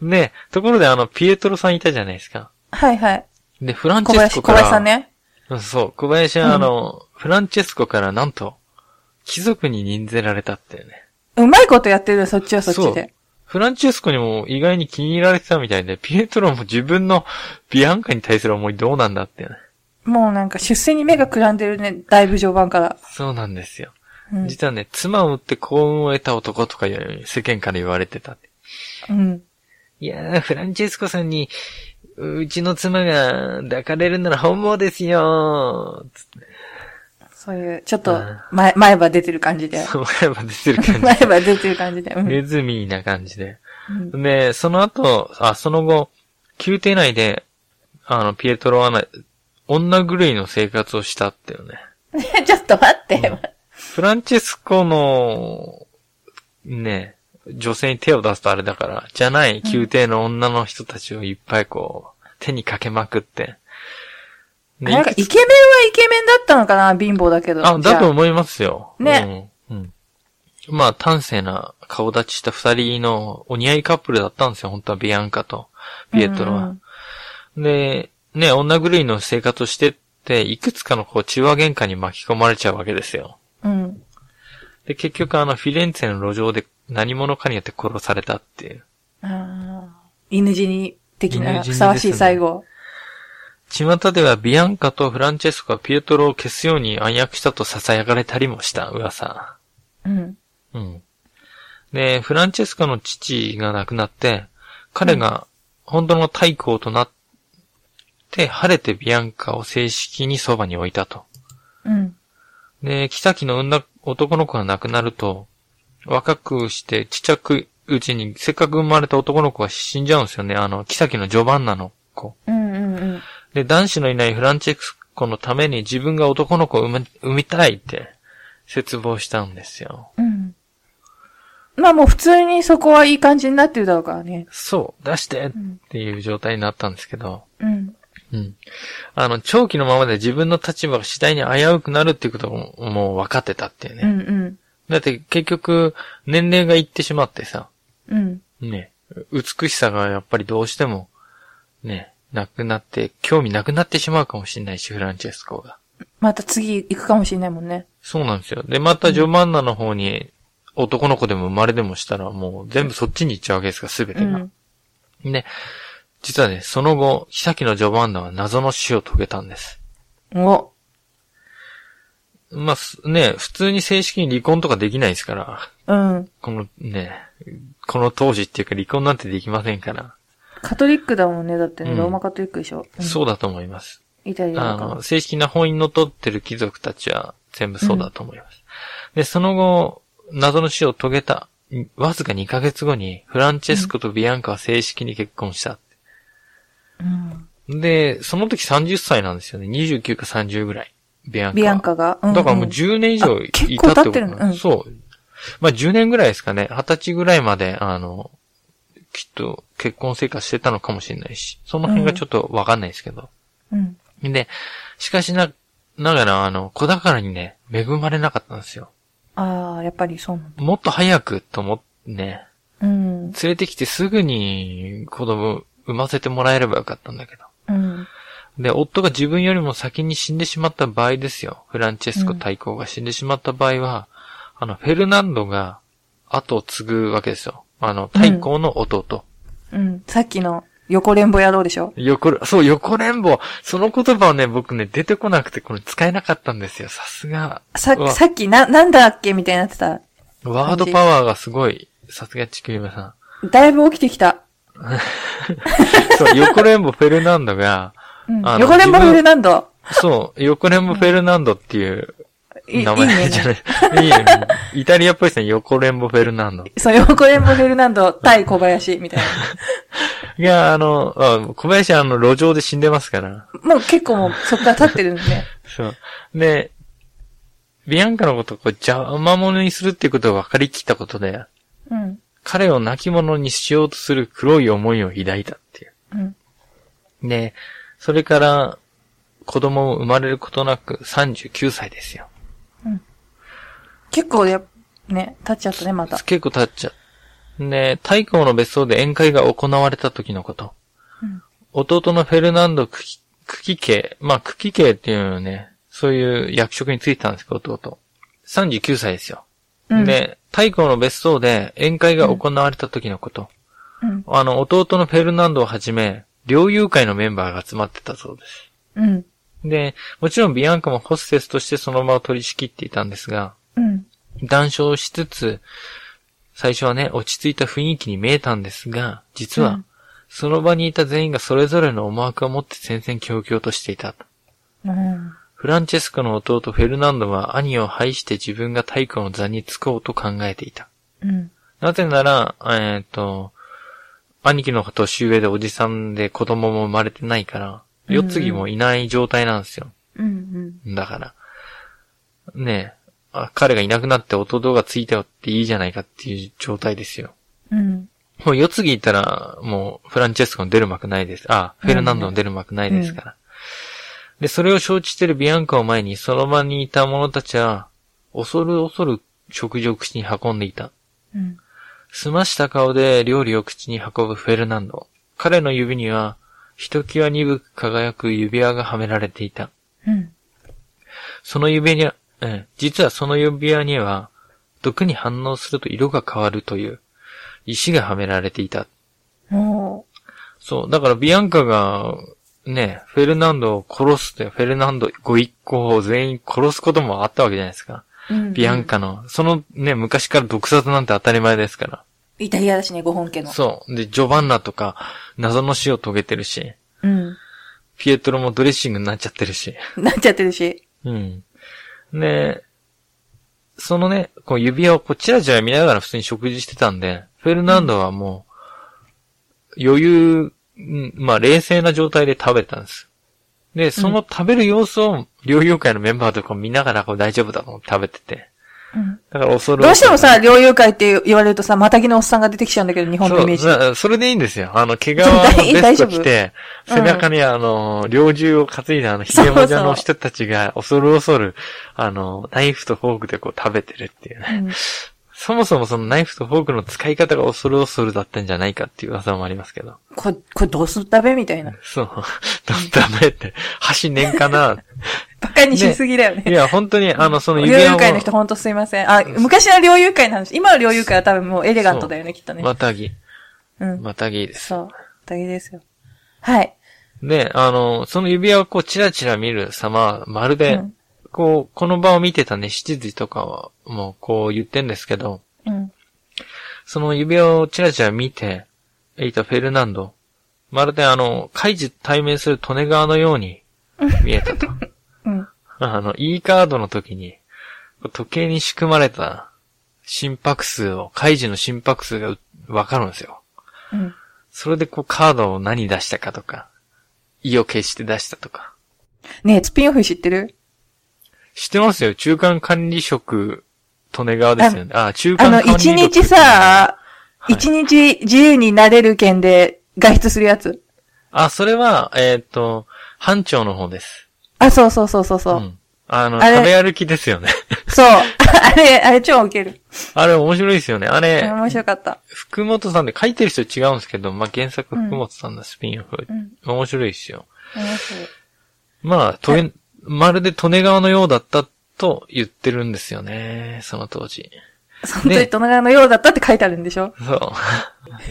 で、ところであの、ピエトロさんいたじゃないですか。 はいはい。 で、フランチェスコから。 小林さんね。 そう、小林はあの、うん、フランチェスコからなんと、貴族に任ぜられたってね。 うまいことやってるよ、そっちはそっちで。そう。 フランチェスコにも意外に気に入られてたみたいで、ピエトロも自分のビアンカに対する思いどうなんだってね。 もうなんか出世に目がくらんでるね、だいぶ序盤から。 そうなんですよ。うん、実はね、妻を売って幸運を得た男とか世間から言われてたって。うん。いやー、フランチェスコさんに、うちの妻が抱かれるなら本望ですよーつって。 そういう、ちょっと前、前歯出てる感じで。 そう、前歯出てる感じで。 前歯出てる感じで。うん、 ネズミな感じで。うん、で、その後、あ、その後、宮廷内で、あの、ピエトロはね、女狂いの生活をしたってよね。 ちょっと待って、うん。 フランチェスコの、ね、女性に手を出すとあれだから、じゃない宮廷の女の人たちをいっぱいこう、手にかけまくって。 なんかイケメンはイケメンだったのかな、貧乏だけど。 あ、だと思いますよ。ね。うん。うん、まあ、端正な顔立ちした二人のお似合いカップルだったんですよ、本当はビアンカとピエトロは。うんうん、で、ね、女狂いの生活をしてって、いくつかのこう、中和喧嘩に巻き込まれちゃうわけですよ。うん。で、結局あの、フィレンツェの路上で何者かによって殺されたっていう。 ああ。犬死に的なふさわしい最後。 巷ではビアンカとフランチェスコがピエトロを消すように暗躍したと囁かれたりもした噂。うん。うん。で、フランチェスコの父が亡くなって、彼が本当の太閤となって、晴れてビアンカを正式にそばに置いたと。うん。で、妃の産んだ男の子が亡くなると、若くしてちっちゃくうちにせっかく生まれた男の子が死んじゃうんですよね。あの、妃のジョバンナの子。うんうんうん。で、男子のいないフランチェスコのために自分が男の子を産み、産みたいって絶望したんですよ。うん。 まあもう普通にそこはいい感じになってるだろうからね。 そう、出してっていう状態になったんですけど。うん。うん。あの、長期のままで自分の立場が次第に危うくなるっていうことももう分かってたっていうね。うんうん。だって結局、年齢がいってしまってさ。うん。ね。美しさがやっぱりどうしても、ね。なくなって、興味なくなってしまうかもしれないし、フランチェスコが。 また次行くかもしれないもんね。 そうなんですよ。で、またジョバンナの方に男の子でも生まれでもしたら、もう全部そっちに行っちゃうわけですから、すべてが。うん、で、実はね、その後、妃のジョバンナは謎の死を遂げたんです。おまあ、ね、普通に正式に離婚とかできないですから。うん。このね、この当時っていうか離婚なんてできませんから。 カトリックだもんね。だってね、うん、ローマカトリックでしょ。 うん、そうだと思います。 イタリアか。 あの、正式な婚姻の取ってる貴族たちは全部そうだと思います。うん、で、その後、謎の死を遂げた、わずかにかげつごに、フランチェスコとビアンカは正式に結婚した。うん、で、その時さんじゅっさいなんですよね。にじゅうきゅうかさんじゅうぐらい。ビアンカ。 ビアンカが。 うんうん、だからもうじゅうねん以上いたってこと。結構経ってるの、うん、そう。まあじゅうねんぐらいですかね。はたちぐらいまで、あの、きっと結婚生活してたのかもしれないし、その辺がちょっとわかんないですけど。うん。で、しかしな、ながら、あの、子宝にね、恵まれなかったんですよ。 ああ、やっぱりそうなんだ。 もっと早くと思ってね、うん。連れてきてすぐに子供産ませてもらえればよかったんだけど。うん。で、夫が自分よりも先に死んでしまった場合ですよ。フランチェスコ太閤が死んでしまった場合は、うん、あの、フェルナンドが後を継ぐわけですよ。あの、太閤の弟。 うん。うん。さっきの横連棒野郎でしょ？ 横、そう、横連棒。その言葉はね、僕ね、出てこなくて、これ使えなかったんですよ。さすが。 さ、さっきな、なんだっけみたいになってた。 ワードパワーがすごい。さすがちくりまさん。だいぶ起きてきた。 そう、横連棒フェルナンドが、 うん、横連棒フェルナンド。 そう、ヨコレンボ・フェルナンドっていう名前いいねじゃない。いいね。イタリアっぽいですね。ヨコレンボ・フェルナンド。 そう、ヨコレンボ・フェルナンド対小林みたいな。 いや、あの、あ小林はあの、路上で死んでますから。 もう結構もうそっから経ってるんですね。 そう。で、ビアンカのことをこう邪魔者にするっていうことを分かりきったことで、 うん。 彼を亡き者にしようとする黒い思いを抱いたっていう。 うん。 で、それから子供を生まれることなくさんじゅうきゅうさいですよ。 うん。結構や、ね、経っちゃったね、また。 結構経っちゃう。で、太閤の別荘で宴会が行われた時のこと。 うん、弟のフェルナンド・クキ、クキ家、まあ、クキ家っていうのね、そういう役職に就いてたんですけど、弟。さんじゅうきゅうさいですよ。うん、で、太閤の別荘で宴会が行われた時のこと。うん、あの、弟のフェルナンドをはじめ、猟友会のメンバーが集まってたそうです。うん、で、もちろんビアンカもホステスとしてその場を取り仕切っていたんですが、うん、談笑しつつ、最初はね、落ち着いた雰囲気に見えたんですが、実は、その場にいた全員がそれぞれの思惑を持って戦々恐々としていたと。うん、フランチェスコの弟フェルナンドは兄を排して自分が太閤の座に就こうと考えていた。うん、なぜなら、えっと、兄貴の年上でおじさんで子供も生まれてないから、世継ぎもいない状態なんですよ。うんうん、だから、ねえ、あ、彼がいなくなって弟がついてよっていいじゃないかっていう状態ですよ。うん。もう世継ぎいたら、もうフランチェスコの出る幕ないです。あ、フェルナンドの出る幕ないですから。うん、で、それを承知しているビアンカを前に、その場にいた者たちは、恐る恐る食事を口に運んでいた。うん。澄ました顔で料理を口に運ぶフェルナンド。彼の指には、ひときわ鈍く輝く指輪がはめられていた。うん。その指輪には、ええ、実はその指輪には、毒に反応すると色が変わるという石がはめられていた。おそう、だからビアンカが、ね、フェルナンドを殺すって、フェルナンドご一行を全員殺すこともあったわけじゃないですか。うんうん、ビアンカの、そのね、昔から毒殺なんて当たり前ですから。 イタリアだしね、ご本家の。 そう。で、ジョバンナとか、謎の死を遂げてるし。うん。ピエトロもドレッシングになっちゃってるし。 なっちゃってるし。 うん。で、そのね、こう指輪をこうチラチラ見ながら普通に食事してたんで、フェルナンドはもう、余裕、まあ冷静な状態で食べたんです。で、その食べる様子を、猟友会のメンバーとか見ながらこう大丈夫だと思って食べてて。うん。だから恐る。 どうしてもさ、猟友会って言われるとさ、マタギのおっさんが出てきちゃうんだけど、日本のイメージ。 そう、それでいいんですよ。あの、毛皮のベスト着て、背中にあの、猟銃を担いだあの、ヒゲモジャの人たちが恐る恐る、あの、ナイフとフォークでこう食べてるっていうね。うん、そもそもそのナイフとフォークの使い方が恐る恐るだったんじゃないかっていう噂もありますけど。 これ、これどうすったべみたいな。 そう。どうすったべって、箸ねんかな。 バカにしすぎだよね。 ねいや、本当に、あの、その指輪を。 猟友会の人本当すいません。あ、昔の猟友会の話。今の猟友会は多分もうエレガントだよね、きっとね。 またぎ。うん。またぎです。 そう。またぎですよ。はい。 で、あの、その指輪をこう、チラチラ見る様、まるで、うん、こう、この場を見てたね、七時とかは、もうこう言ってんですけど、うん。その指輪をチラチラ見て、いたフェルナンド、まるであの、海事対面する利根川のように見えたと。うん、あの、E カードの時に、時計に仕組まれた心拍数を、海事の心拍数がわかるんですよ。うん、それでこうカードを何出したかとか、意を決して出したとか。 ねえ、スピンオフ知ってる？ 知ってますよ。中間管理職、利根川ですよね。ああ、中間管理職。 あの、一日さ、一、はい、日自由になれる券で外出するやつ。 あ、それは、えっと、班長の方です。 あ、そうそうそうそうそう。うん、 あの、食べ歩きですよね。 そう。あれ、あれ超ウケる。 あれ面白いですよね。あれ。 面白かった。 福本さんで書いてる人違うんですけど、まあ、原作福本さんのスピンオフ。うん、面白いですよ。面白い。まあ、とげ、はい、まるで利根川のようだったと言ってるんですよね。その当時。 その当時利根川のようだったって書いてあるんでしょ？ そう。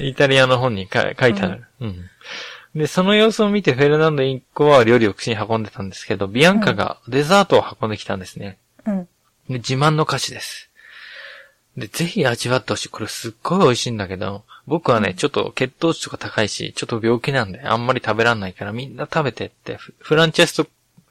イタリアの本に書いてある。うん。うんで、その様子を見てフェルナンド一行は料理を口に運んでたんですけど、ビアンカがデザートを運んできたんですね。うん。で、自慢の菓子です。で、ぜひ味わってほしい。これすっごい美味しいんだけど、僕はね、うん、ちょっと血糖値とか高いし、ちょっと病気なんで、あんまり食べらんないからみんな食べてって、フランチェスト、フ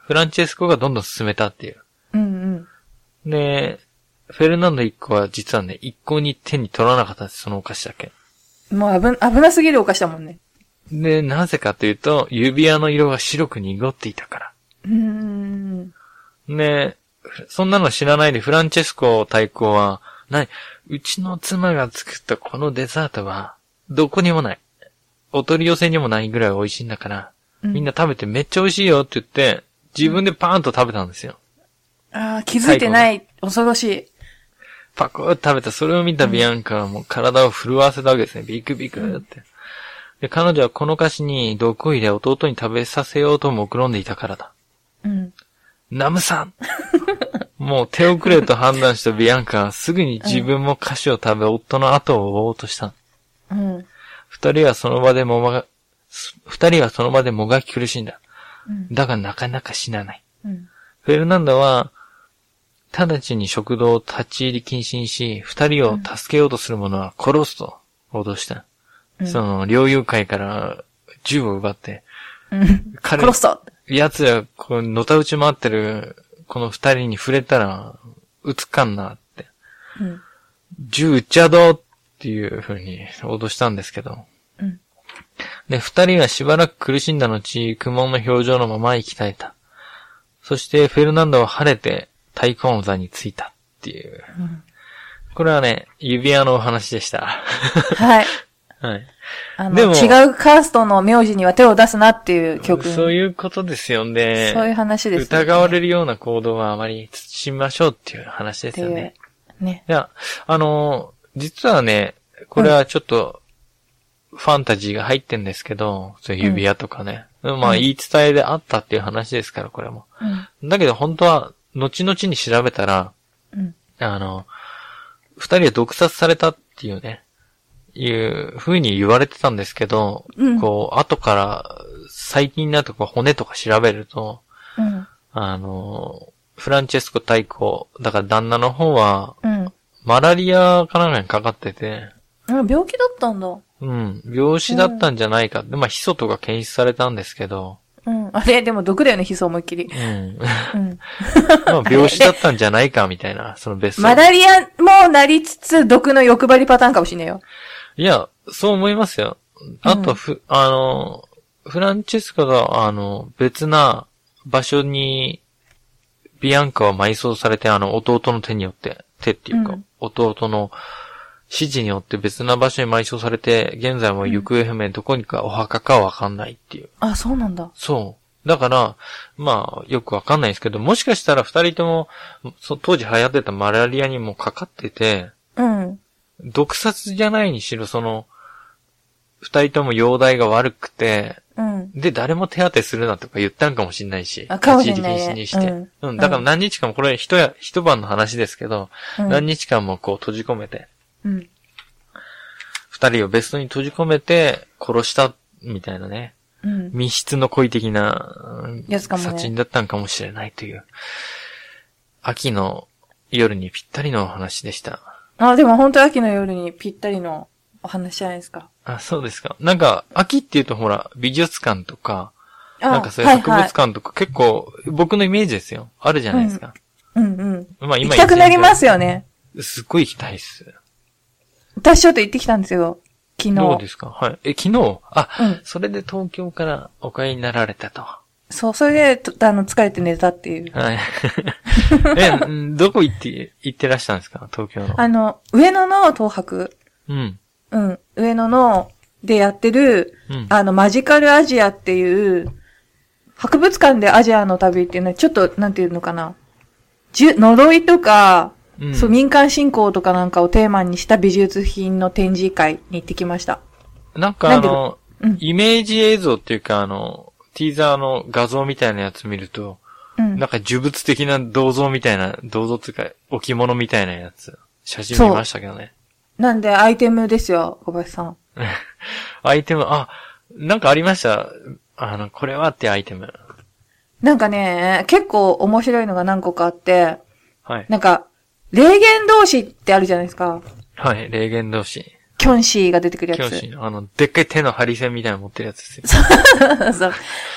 フランチェスコがどんどん進めたっていう。 うんうん。で、フェルナンド一個は実はね、一向に手に取らなかったんです、そのお菓子だけ。 もう危、危なすぎるお菓子だもんね。 で、なぜかというと、指輪の色が白く濁っていたから。 うーん。 で、そんなの知らないでフランチェスコ対抗は、なに、うちの妻が作ったこのデザートは、どこにもない。お取り寄せにもないぐらい美味しいんだから、うん、みんな食べてめっちゃ美味しいよって言って、自分でパーンと食べたんですよ。 うん、ああ、気づいてない。恐ろしい。 パクッと食べた。それを見たビアンカはもう体を震わせたわけですね。ビクビクって。で、彼女はこの菓子に毒を入れ弟に食べさせようと目論んでいたからだ。うん。ナムさんもう手遅れと判断したビアンカはすぐに自分も菓子を食べ、うん、夫の後を追おうとした。うん。二人はその場でもが、二人はその場でもがき苦しんだ。うん、だがなかなか死なない。うん、フェルナンドは、直ちに食堂を立ち入り禁止にし、二人を助けようとする者は殺すと脅した。うん、その、猟友会から銃を奪って、 うん、彼殺すと奴ら、こう、のたうち回ってる、この二人に触れたら、撃つかんなって。うん、銃撃っちゃどうっていう風に脅したんですけど。うん、で、二人はしばらく苦しんだ後、苦悶の表情のまま生き絶えた。そして、フェルナンドは晴れて、太鼓の座についたっていう。うん、これはね、指輪のお話でした。 はい。 はい。 あの、でも違うカーストの名字には手を出すなっていう曲。 そういうことですよね。 そういう話ですね。疑われるような行動はあまり慎みましょうっていう話ですよね。 ね。 いや、あの、実はね、これはちょっと、ファンタジーが入ってんですけど、そういう指輪とかね。うん、まあ、言い伝えであったっていう話ですから、これも。うん、だけど本当は、後々に調べたら、うん、あの、二人は毒殺されたっていうね、いう風に言われてたんですけど、うん、こう、後から最近になってこう骨とか調べると、うん、あの、フランチェスコ対抗、だから旦那の方は、うん、マラリアかなんかにかかってて、 うん、病気だったんだ。 うん、病死だったんじゃないか。うん、で、まあ、ヒ素とか検出されたんですけど、 うん。あれ、でも毒だよね、ヒ素思いっきり。 うん。うん。まあ、病死だったんじゃないか、みたいな、そのベスト。 マラリアもなりつつ、毒の欲張りパターンかもしれないよ。 いや、そう思いますよ。あと、ふ、うん、あの、フランチェスカが、あの、別な場所に、ビアンカは埋葬されて、あの、弟の手によって、手っていうか、うん、弟の指示によって別な場所に埋葬されて、現在も行方不明、どこにかお墓かわかんないっていう。 あ、そうなんだ。 そう。だから、まあ、よくわかんないですけど、もしかしたら二人とも、そ当時流行ってたマラリアにもかかってて、うん。毒殺じゃないにしろ、その、二人とも容体が悪くて、うん。で、誰も手当てするなとか言ったんかもしれないし。 あ、かもしれない、ね。 立ち入り禁止にして。うん。うん。だから何日間も、これ一や、一晩の話ですけど、うん、何日間もこう閉じ込めて、うん。二人をベストに閉じ込めて、殺した、みたいなね。うん。密室の恋的な、やつかもね。殺人だったんかもしれないという、秋の夜にぴったりのお話でした。 あ、でも本当秋の夜にぴったりのお話じゃないですか。 あ、そうですか。なんか、秋って言うとほら、美術館とか、なんかそういう博物館とか、はいはい、結構、僕のイメージですよ。あるじゃないですか。うん、うん、うん。まあ今行きたくなりますよね。 すっごい行きたいっす。 私ちょっと行ってきたんですよ。昨日。 どうですか？はい。え、昨日あ、うん、それで東京からお帰りになられたと。 そう、それで、あの、疲れて寝たっていう。 はい。え、どこ行って、行ってらしたんですか？東京の。 あの、上野の東博。うん。うん。上野の、でやってる、うん、あの、マジカルアジアっていう、博物館でアジアの旅っていうのは、ちょっと、なんていうのかな。じゅ、呪いとか、うん、そう、民間信仰とかなんかをテーマにした美術品の展示会に行ってきました。 なんかあの、うん、イメージ映像っていうかあの、ティーザーの画像みたいなやつ見ると、うん、なんか呪物的な銅像みたいな、銅像っていうか置物みたいなやつ、写真見ましたけどね。 なんでアイテムですよ、小林さん。 アイテム、あ、なんかありました。あの、これはってアイテム。 なんかね、結構面白いのが何個かあって、 はい。 なんか、霊言同士ってあるじゃないですか。 はい、霊言同士。 キョンシーが出てくるやつ。 キョンシーの、あの、でっかい手の針線みたいなの持ってるやつですよ。 そう。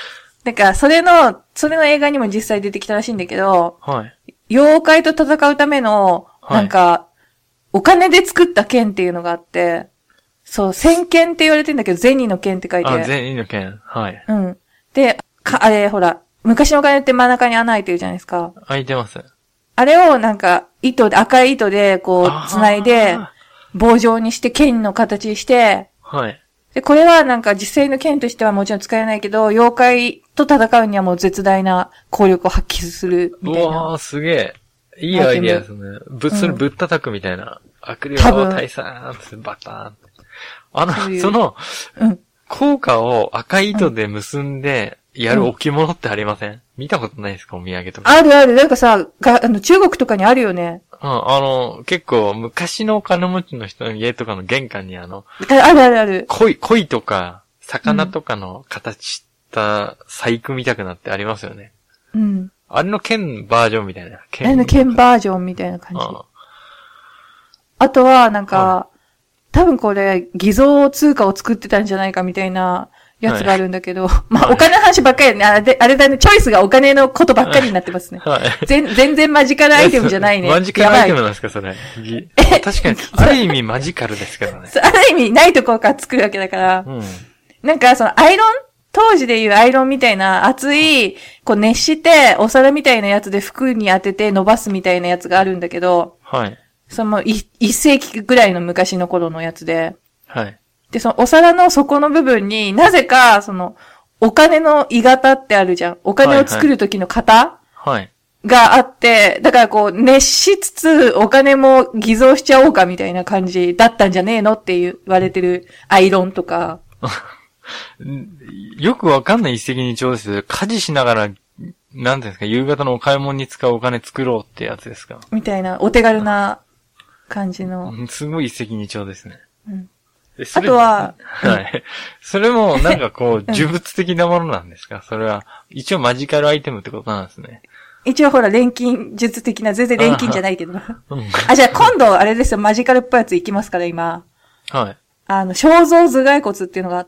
だから、それの、それの映画にも実際出てきたらしいんだけど、 はい。 妖怪と戦うための、なんか、はい、お金で作った剣っていうのがあって、そう、千剣って言われてんだけど、銭の剣って書いて。 あ、銭の剣。はい。 うん。で、か、あれ、ほら、昔のお金って真ん中に穴開いてるじゃないですか。 開いてます。 あれをなんか、糸で、赤い糸で、こう、繋いで、棒状にして、剣の形にして、 はい。 で、これはなんか実際の剣としてはもちろん使えないけど、妖怪と戦うにはもう絶大な効力を発揮するみたいな。 うわー、すげえ。いいアイディアですね。ぶ、それぶったたくみたいな。悪霊を退散ってバターンって。あの、ううその、うん、効果を赤い糸で結んでやる置物ってありません？うん、見たことないですか？お土産とか。 あるある。なんかさ、が、あの、中国とかにあるよね。 うん、あの、結構昔のお金持ちの人の家とかの玄関にあの、 あるあるある。 鯉、鯉とか、魚とかの形した細工見たくなってありますよね。 うん。 あれの剣バージョンみたいな。 あれの剣バージョンみたいな感じ。あ, あとは、なんか、はい、多分これ、偽造通貨を作ってたんじゃないかみたいなやつがあるんだけど、はい、まあ、お金の話ばっかりね。あれ、あれだね、チョイスがお金のことばっかりになってますね。はい。全全然マジカルアイテムじゃないね。 マジカルアイテムなんですか、それ。確かに、ある意味マジカルですけどね。 ある意味ないところから作るわけだから。うん。なんか、その、アイロン当時でいうアイロンみたいな熱い、こう熱して、お皿みたいなやつで服に当てて伸ばすみたいなやつがあるんだけど、 はい。 その、い、一世紀ぐらいの昔の頃のやつで、 はい。 で、そのお皿の底の部分になぜか、その、お金の鋳型ってあるじゃん。お金を作る時の型はい。 があって、だからこう、熱しつつお金も偽造しちゃおうかみたいな感じだったんじゃねえのって言われてるアイロンとか。 よくわかんない一石二鳥ですよ。家事しながら、なんていうんですか、夕方のお買い物に使うお金作ろうってやつですか。 みたいな、お手軽な感じの。 すごい一石二鳥ですね。 うん。あとは、 はい。それもなんかこう、呪物的なものなんですか？それは、一応マジカルアイテムってことなんですね。 一応ほら、錬金術的な、全然錬金じゃないけど。あ、うん、あ、じゃあ今度あれですよ、マジカルっぽいやついきますから、今。 はい。 あの、肖像頭蓋骨っていうのがあって、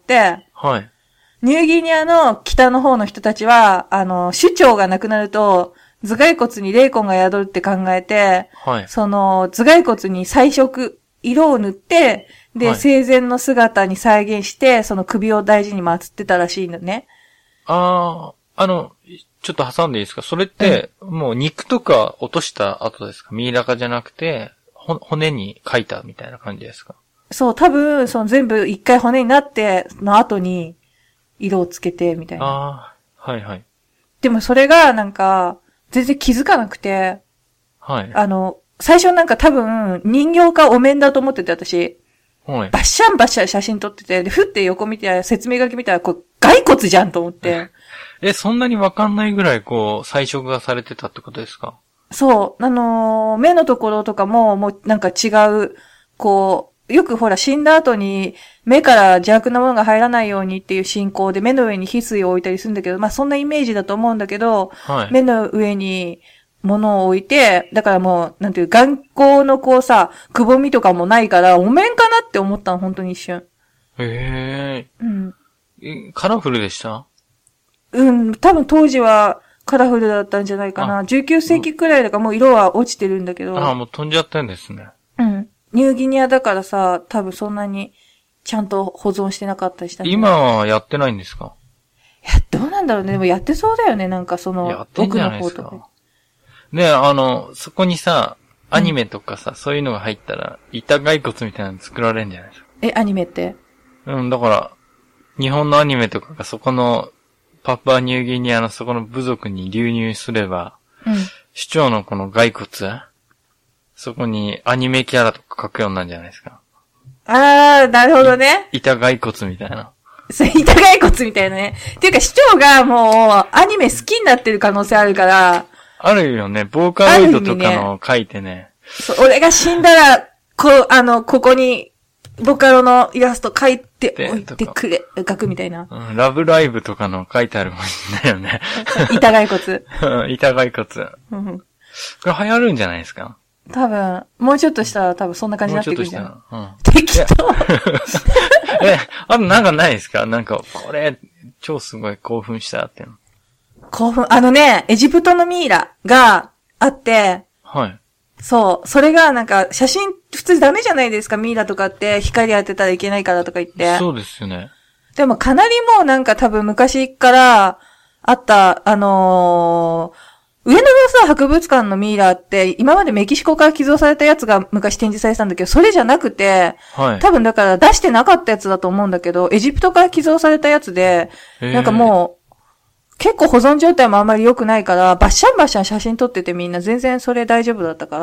はい。 ニューギニアの北の方の人たちは、あの、首長が亡くなると、頭蓋骨に霊魂が宿るって考えて、 はい。 その、頭蓋骨に彩色、色を塗って、で、はい、生前の姿に再現して、その首を大事に祀ってたらしいんだね。 ああ、あの、ちょっと挟んでいいですか？それって、うん、もう肉とか落とした後ですか？ミイラ化じゃなくて、骨に書いたみたいな感じですか？ そう、多分、その全部一回骨になって、その後に色をつけて、みたいな。 ああ、はいはい。 でもそれがなんか、全然気づかなくて、 はい。 あの、最初なんか多分、人形かお面だと思ってて私、 はい。 バッシャンバッシャン写真撮ってて、で、ふって横見て、説明書き見たら、こう、骸骨じゃんと思って。 え、そんなにわかんないぐらい、こう、彩色がされてたってことですか？ そう。あのー、目のところとかも、もうなんか違う、こう、よくほら死んだ後に目から邪悪なものが入らないようにっていう信仰で目の上に翡翠を置いたりするんだけど、まあそんなイメージだと思うんだけど、 はい、 目の上に物を置いて、だからもう、なんていう、眼光のこうさ、くぼみとかもないから、お面かなって思ったの、本当に一瞬。 へえ。うん。 カラフルでした？ うん、多分当時はカラフルだったんじゃないかな。じゅうきゅうせいきくらいだからもう色は落ちてるんだけど。 ああ、もう飛んじゃったんですね。 うん。ニューギニアだからさ、多分そんなにちゃんと保存してなかったりしたん。 今はやってないんですか？ いや、どうなんだろうね。でもやってそうだよね。なんかその、奥の方とか。 ね、あの、そこにさ、アニメとかさ、うん、そういうのが入ったら、板骸骨みたいなの作られるんじゃないですか。 え、アニメって？ うん、だから、日本のアニメとかがそこの、パプアニューギニアのそこの部族に流入すれば、 うん、 首長のこの骸骨、そこにアニメキャラとか書くようになるんじゃないですか。 あー、なるほどね。 板骸骨みたいな。 そう、板骸骨みたいなね。っていうか、市長がもう、アニメ好きになってる可能性あるから。 あるよね。ボーカロイドとかの書いてね。ねそう、俺が死んだら、こう、あの、ここに、ボカロのイラスト書いておいてくれ、書くみたいな。 うん、ラブライブとかの書いてあるもんだよね。 板骸骨。 板骸骨。 うん、 これ流行るんじゃないですか？ 多分、もうちょっとしたら多分そんな感じになってくるじゃん。 もうちょっとしたら。 うん、適当。 え、あとなんかないですか？なんか、これ、超すごい興奮したっていうの。 興奮。あのね、エジプトのミイラがあって、 はい。 そう。それがなんか、写真、普通ダメじゃないですか、ミイラとかって。光当てたらいけないからとか言って。 そうですよね。 でもかなりもうなんか多分昔からあった、あのー、上野のさ、博物館のミイラって、今までメキシコから寄贈されたやつが昔展示されてたんだけど、それじゃなくて、はい。多分だから出してなかったやつだと思うんだけど、エジプトから寄贈されたやつで、なんかもう、結構保存状態もあんまり良くないから、バッシャンバッシャン写真撮っててみんな全然それ大丈夫だったから。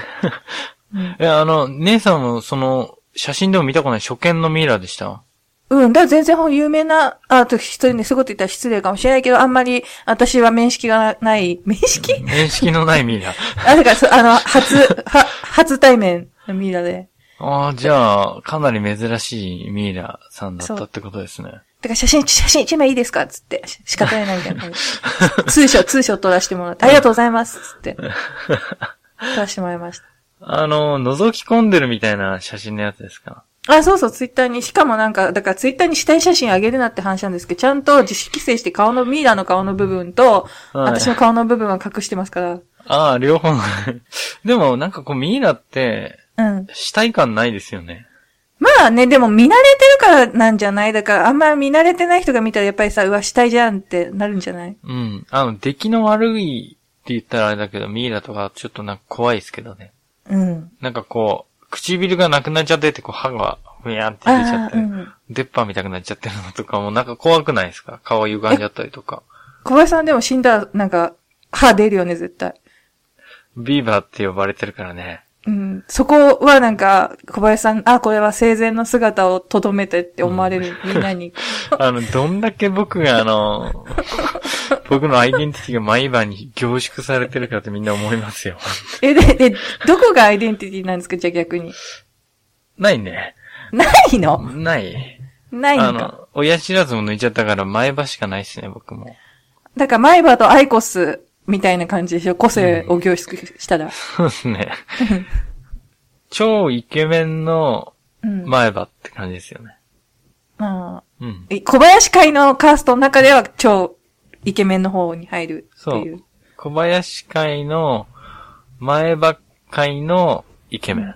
うん、え、あの、姉さんもその、写真でも見たことない初見のミイラでした？ うん、だから全然有名な、あと一人ね、すごい言ったら失礼かもしれないけど、あんまり私は面識がない、面識面識のないミイラ。 あ、だから、あの、初、は、初対面のミイラで。 ああ、じゃあ、かなり珍しいミイラさんだったってことですね。 だから写真、写真一枚いいですかつって、仕方ないみたいな感じ。ツーショー、ツーショー撮らせてもらって、ありがとうございますつって、撮らせてもらいました。 あの、覗き込んでるみたいな写真のやつですか？ あ、そうそう、ツイッターに、しかもなんか、だからツイッターに死体写真あげるなって話なんですけど、ちゃんと自主規制して顔の、ミイラの顔の部分と、はい、私の顔の部分は隠してますから。 ああ、両方。でも、なんかこう、ミイラって、うん。死体感ないですよね。 まあね、でも見慣れてるからなんじゃない？だからあんまり見慣れてない人が見たらやっぱりさ、うわ、死体じゃんってなるんじゃない？ うん。あの、出来の悪いって言ったらあれだけど、ミイラとかちょっとなんか怖いですけどね。うん。なんかこう、唇がなくなっちゃってて、こう歯がふやんって出ちゃって、うん、出っ歯見たくなっちゃってるのとかもなんか怖くないですか？顔歪んじゃったりとか。 小林さんでも死んだらなんか歯出るよね、絶対。 ビーバーって呼ばれてるからね。 うん。そこはなんか、小林さん、あ、これは生前の姿を留めてって思われる、うん、みんなに。 あの、どんだけ僕があの、僕のアイデンティティが毎晩に凝縮されてるかってみんな思いますよ。 え、で、で、どこがアイデンティティなんですか？じゃあ逆に。 ないね。 ないの？ ない。 ないのか。 あの、親知らずも抜いちゃったから前歯しかないっすね、僕も。 だから前歯とアイコス、みたいな感じでしょ？個性を凝縮したら。うん、 そうですね。超イケメンの前歯って感じですよね。 うん。あうん、小林会のカーストの中では超イケメンの方に入るっていう。そう。 小林会の前歯会のイケメン。うん、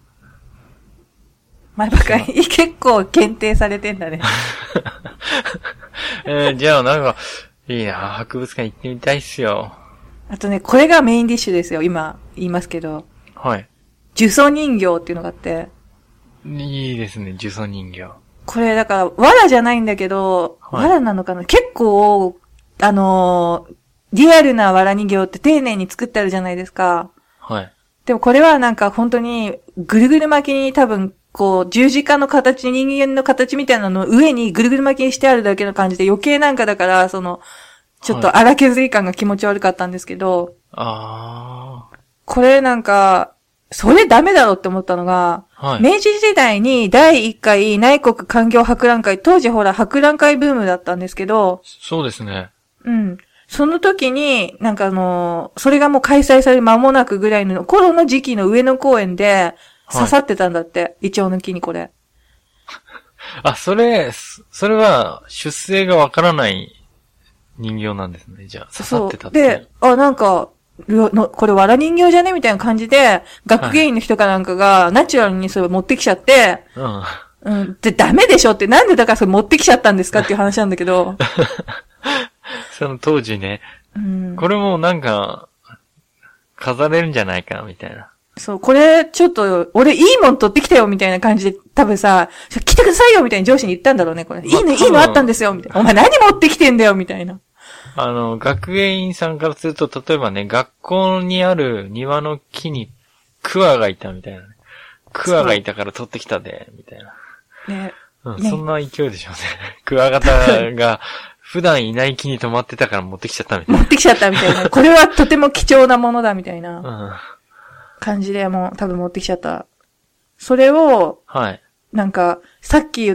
前歯会結構限定されてんだね。 えー、じゃあなんか、いいな、博物館行ってみたいっすよ。 あとね、これがメインディッシュですよ。今、言いますけど。 はい。 呪詛人形っていうのがあって。 いいですね、呪詛人形。 これ、だから、藁じゃないんだけど、はい、藁なのかな？結構、あのー、リアルな藁人形って丁寧に作ってあるじゃないですか。 はい。 でもこれはなんか本当に、ぐるぐる巻きに多分、こう、十字架の形、人間の形みたいなのを上にぐるぐる巻きにしてあるだけの感じで余計なんかだから、その、ちょっと荒削り感が気持ち悪かったんですけど。はい、ああ。これなんか、それダメだろって思ったのが、はい、明治時代にだいいっかい内国勧業博覧会、当時ほら博覧会ブームだったんですけど。 そうですね。 うん。その時に、なんかあの、それがもう開催される間もなくぐらいの頃の時期の上野公園で刺さってたんだって。はい、イチョウの木にこれ。 あ、それ、それは出生がわからない人形なんですね。じゃあ、刺さってたって。 で、あ、なんか、のこれ、藁人形じゃねみたいな感じで、学芸員の人かなんかが、ナチュラルにそれを持ってきちゃって、はい、うん。うん。で、ダメでしょって、なんでだからそれ持ってきちゃったんですかっていう話なんだけど。 その当時ね。うん。これもなんか、飾れるんじゃないかな、みたいな。 そう、これ、ちょっと、俺、いいもん取ってきたよ、みたいな感じで、多分さ、来てくださいよ、みたいに上司に言ったんだろうね、これ。いいの、いいのあったんですよ、みたいな。お前何持ってきてんだよ、みたいな。 あの、学芸員さんからすると、例えばね、学校にある庭の木に、クワがいたみたいなね。クワがいたから取ってきたで、みたいな。ね。うん、ね、そんな勢いでしょうね。クワガタが、普段いない木に止まってたから持ってきちゃったみたいな。 持ってきちゃったみたいな。これはとても貴重なものだ、みたいな。感じでもう多分持ってきちゃった。それを、はい。なんか、さっき言った、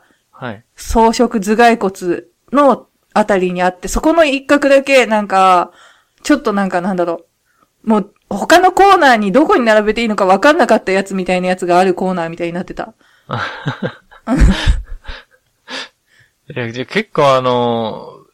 はい。装飾頭蓋骨のあたりにあって、そこの一角だけなんか、ちょっとなんかなんだろう。もう、他のコーナーにどこに並べていいのか分かんなかったやつみたいなやつがあるコーナーみたいになってた。 いや、じゃ結構あの、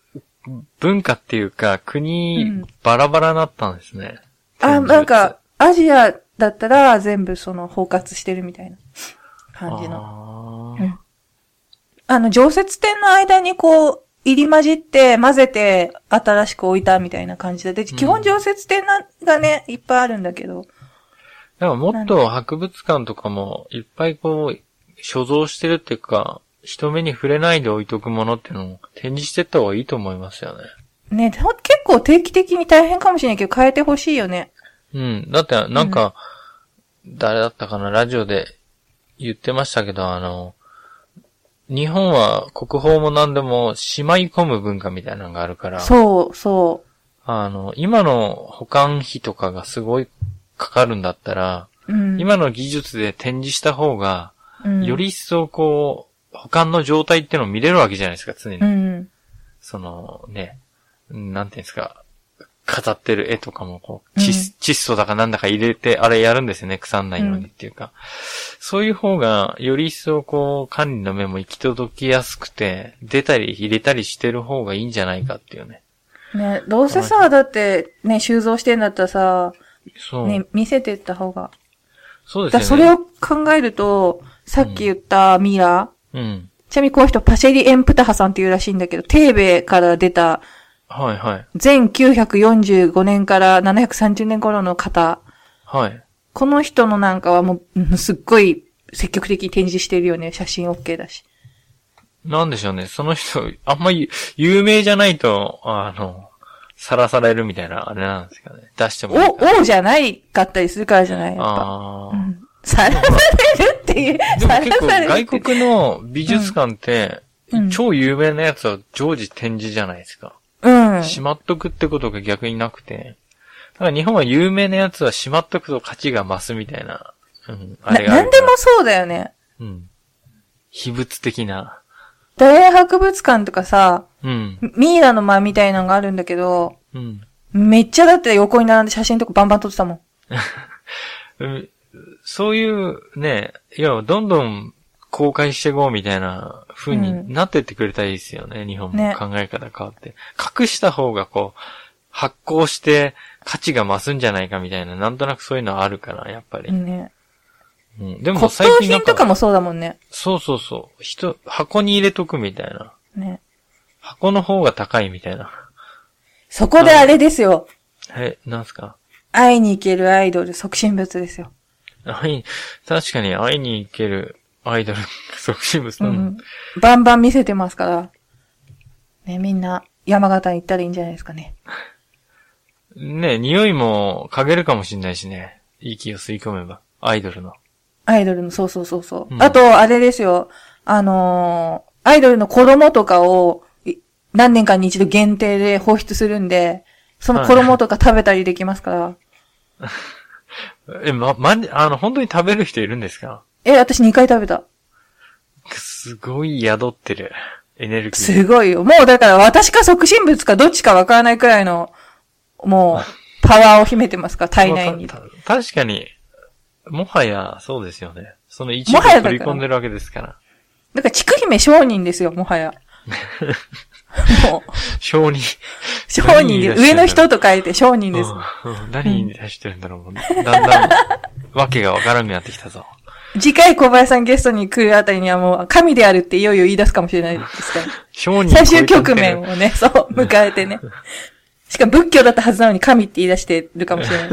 文化っていうか、国、バラバラになったんですね。 うん、あ、なんか、アジアだったら全部その包括してるみたいな感じの。あ,、うん、あの、常設展の間にこう、入り混じって混ぜて新しく置いたみたいな感じで。で、基本常設展がね、いっぱいあるんだけど。 だからもっと博物館とかもいっぱいこう、所蔵してるっていうか、人目に触れないで置いとくものっていうのを展示してった方がいいと思いますよね。ね、 結構定期的に大変かもしれないけど変えてほしいよね。 うん。だってなんか、うん、誰だったかな、ラジオで言ってましたけど、あの、日本は国宝も何でもしまい込む文化みたいなのがあるから。 そう、そう。 あの、今の保管費とかがすごいかかるんだったら、うん、今の技術で展示した方が、うん、より一層こう、保管の状態っていうのを見れるわけじゃないですか、常に。うん、そのね、なんていうんですか、飾ってる絵とかもこう、窒、うん、窒素だかなんだか入れて、あれやるんですよね、腐んないようにっていうか。うん、そういう方が、より一層こう、管理の目も行き届きやすくて、出たり入れたりしてる方がいいんじゃないかっていうね。 ね、どうせさ、だってね、収蔵してんだったらさ、そう。ね、見せてった方が。 そうですよね。 だそれを考えると、さっき言ったミラー、 うん。 ちなみにこの人パシェリ・エンプタハさんっていうらしいんだけど、テーベから出た、 はいはい。 せんきゅうひゃくよんじゅうごねんからななひゃくさんじゅうねん頃の方。 はい。 この人のなんかはもう、すっごい積極的に展示してるよね。写真 OK だし。 なんでしょうね。その人、あんまり有名じゃないと、あの、さらされるみたいな、あれなんですかね。出してもいいか。 お、王じゃないかったりするからじゃないやっぱ。ああ。うんさらされるっていう。 でも結構外国の美術館って、うん、超有名なやつは常時展示じゃないですか。うん。しまっとくってことが逆になくて。だから日本は有名なやつはしまっとくと価値が増すみたいな。うん。あれがある。 なんでもそうだよね。 うん。秘仏的な。 大英博物館とかさ、 うん。 ミイラの間みたいなのがあるんだけど、 うん。 めっちゃだって横に並んで写真とかバンバン撮ってたもん。 うんそういうね、いや、どんどん公開していこうみたいな風になってってくれたらいいですよね、うん、日本も考え方変わって、ね。隠した方がこう、発行して価値が増すんじゃないかみたいな、なんとなくそういうのあるから、やっぱり。 ね。 うん、でも最近なんか。骨董品とかもそうだもんね。 そうそうそう。人、箱に入れとくみたいな。 ね。 箱の方が高いみたいな。 そこであれですよ。 え、なんすか？ 会いに行けるアイドル促進物ですよ。 はい。確かに会いに行けるアイドル促進物、うん、 バンバン見せてますから。ね、みんな山形に行ったらいいんじゃないですかね。 ね、匂いも嗅げるかもしんないしね。息を吸い込めば。アイドルの。 アイドルの、そうそうそうそう。うん、あと、あれですよ。あのー、アイドルの子供とかを何年かに一度限定で放出するんで、その子供とか食べたりできますから。はいえ、ま、ま、あの、本当に食べる人いるんですか？ え、私にかい食べた。 すごい宿ってる。エネルギー。 すごいよ。もうだから私か促進物かどっちかわからないくらいの、もう、パワーを秘めてますから、体内に。 確かに、もはや、そうですよね。その一部を取り込んでるわけですから。 だから、ちくひめ商人ですよ、もはや。もう。 商人。 商人で、上の人と書いて商人です。 うんうん、何に出してるんだろう、うん、だんだん、わけがわからんくなってきたぞ。 次回小林さんゲストに来るあたりにはもう、神であるっていよいよ言い出すかもしれないですから。 商人。 最終局面をね、そう、迎えてね。しかも仏教だったはずなのに神って言い出してるかもしれない。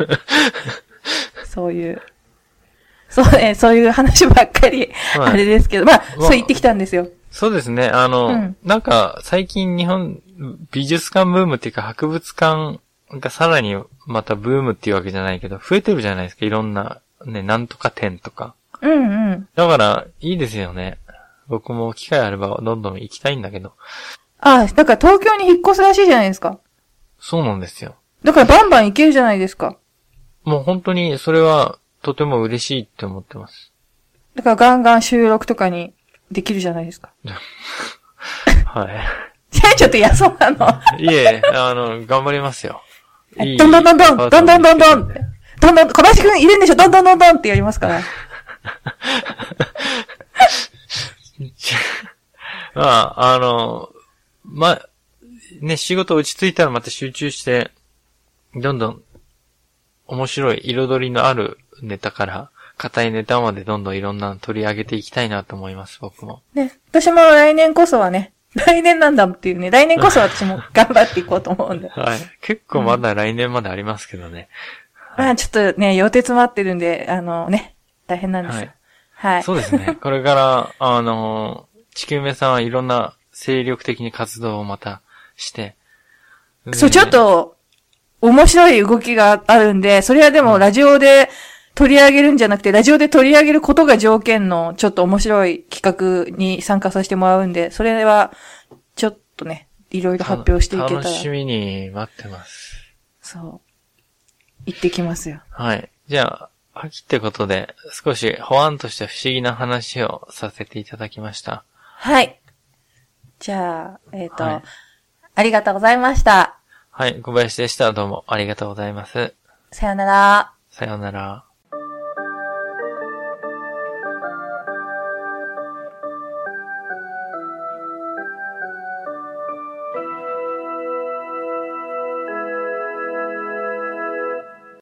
そういう。そうね、そういう話ばっかり、あれですけど、まあ、そう言ってきたんですよ。 そうですね。あの、うん、なんか、最近日本、美術館ブームっていうか博物館がさらにまたブームっていうわけじゃないけど、増えてるじゃないですか。いろんな、ね、なんとか展とか。 うんうん。 だから、いいですよね。僕も機会あればどんどん行きたいんだけど。 ああ、だから東京に引っ越すらしいじゃないですか。 そうなんですよ。 だからバンバン行けるじゃないですか。 もう本当にそれはとても嬉しいって思ってます。 だからガンガン収録とかにできるじゃないですか。 はい。 じゃあちょっと嫌そうなの。 いえ、あの、頑張りますよ。 いいどんどんどんどん、どんどんどんどん、どんどん、小林くんいるんでしょどんどんどんどんってやりますから。 まあ、あの、ま、 ね、仕事落ち着いたらまた集中して、どんどん面白い彩りのあるネタから、硬いネタまでどんどんいろんなの取り上げていきたいなと思います、僕も。 ね、私も来年こそはね、来年なんだっていうね、来年こそ私も頑張っていこうと思うんで。 はい。結構まだ来年までありますけどね。 うん、まあちょっとね、予定詰まってるんで、あのね、大変なんですよ。はい。はい、 そうですね。これから、あの、地球目さんはいろんな精力的に活動をまたして、 そう、ちょっと、面白い動きがあるんで、それはでもラジオで取り上げるんじゃなくて、ラジオで取り上げることが条件のちょっと面白い企画に参加させてもらうんで、それは、ちょっとね、いろいろ発表していけたら。 楽しみに待ってます。 そう。行ってきますよ。 はい。じゃあ、秋ってことで、少し保安として不思議な話をさせていただきました。 はい。じゃあ、えっと、 はい、 ありがとうございました。 はい、小林でした。どうもありがとうございます。 さよなら。 さよなら。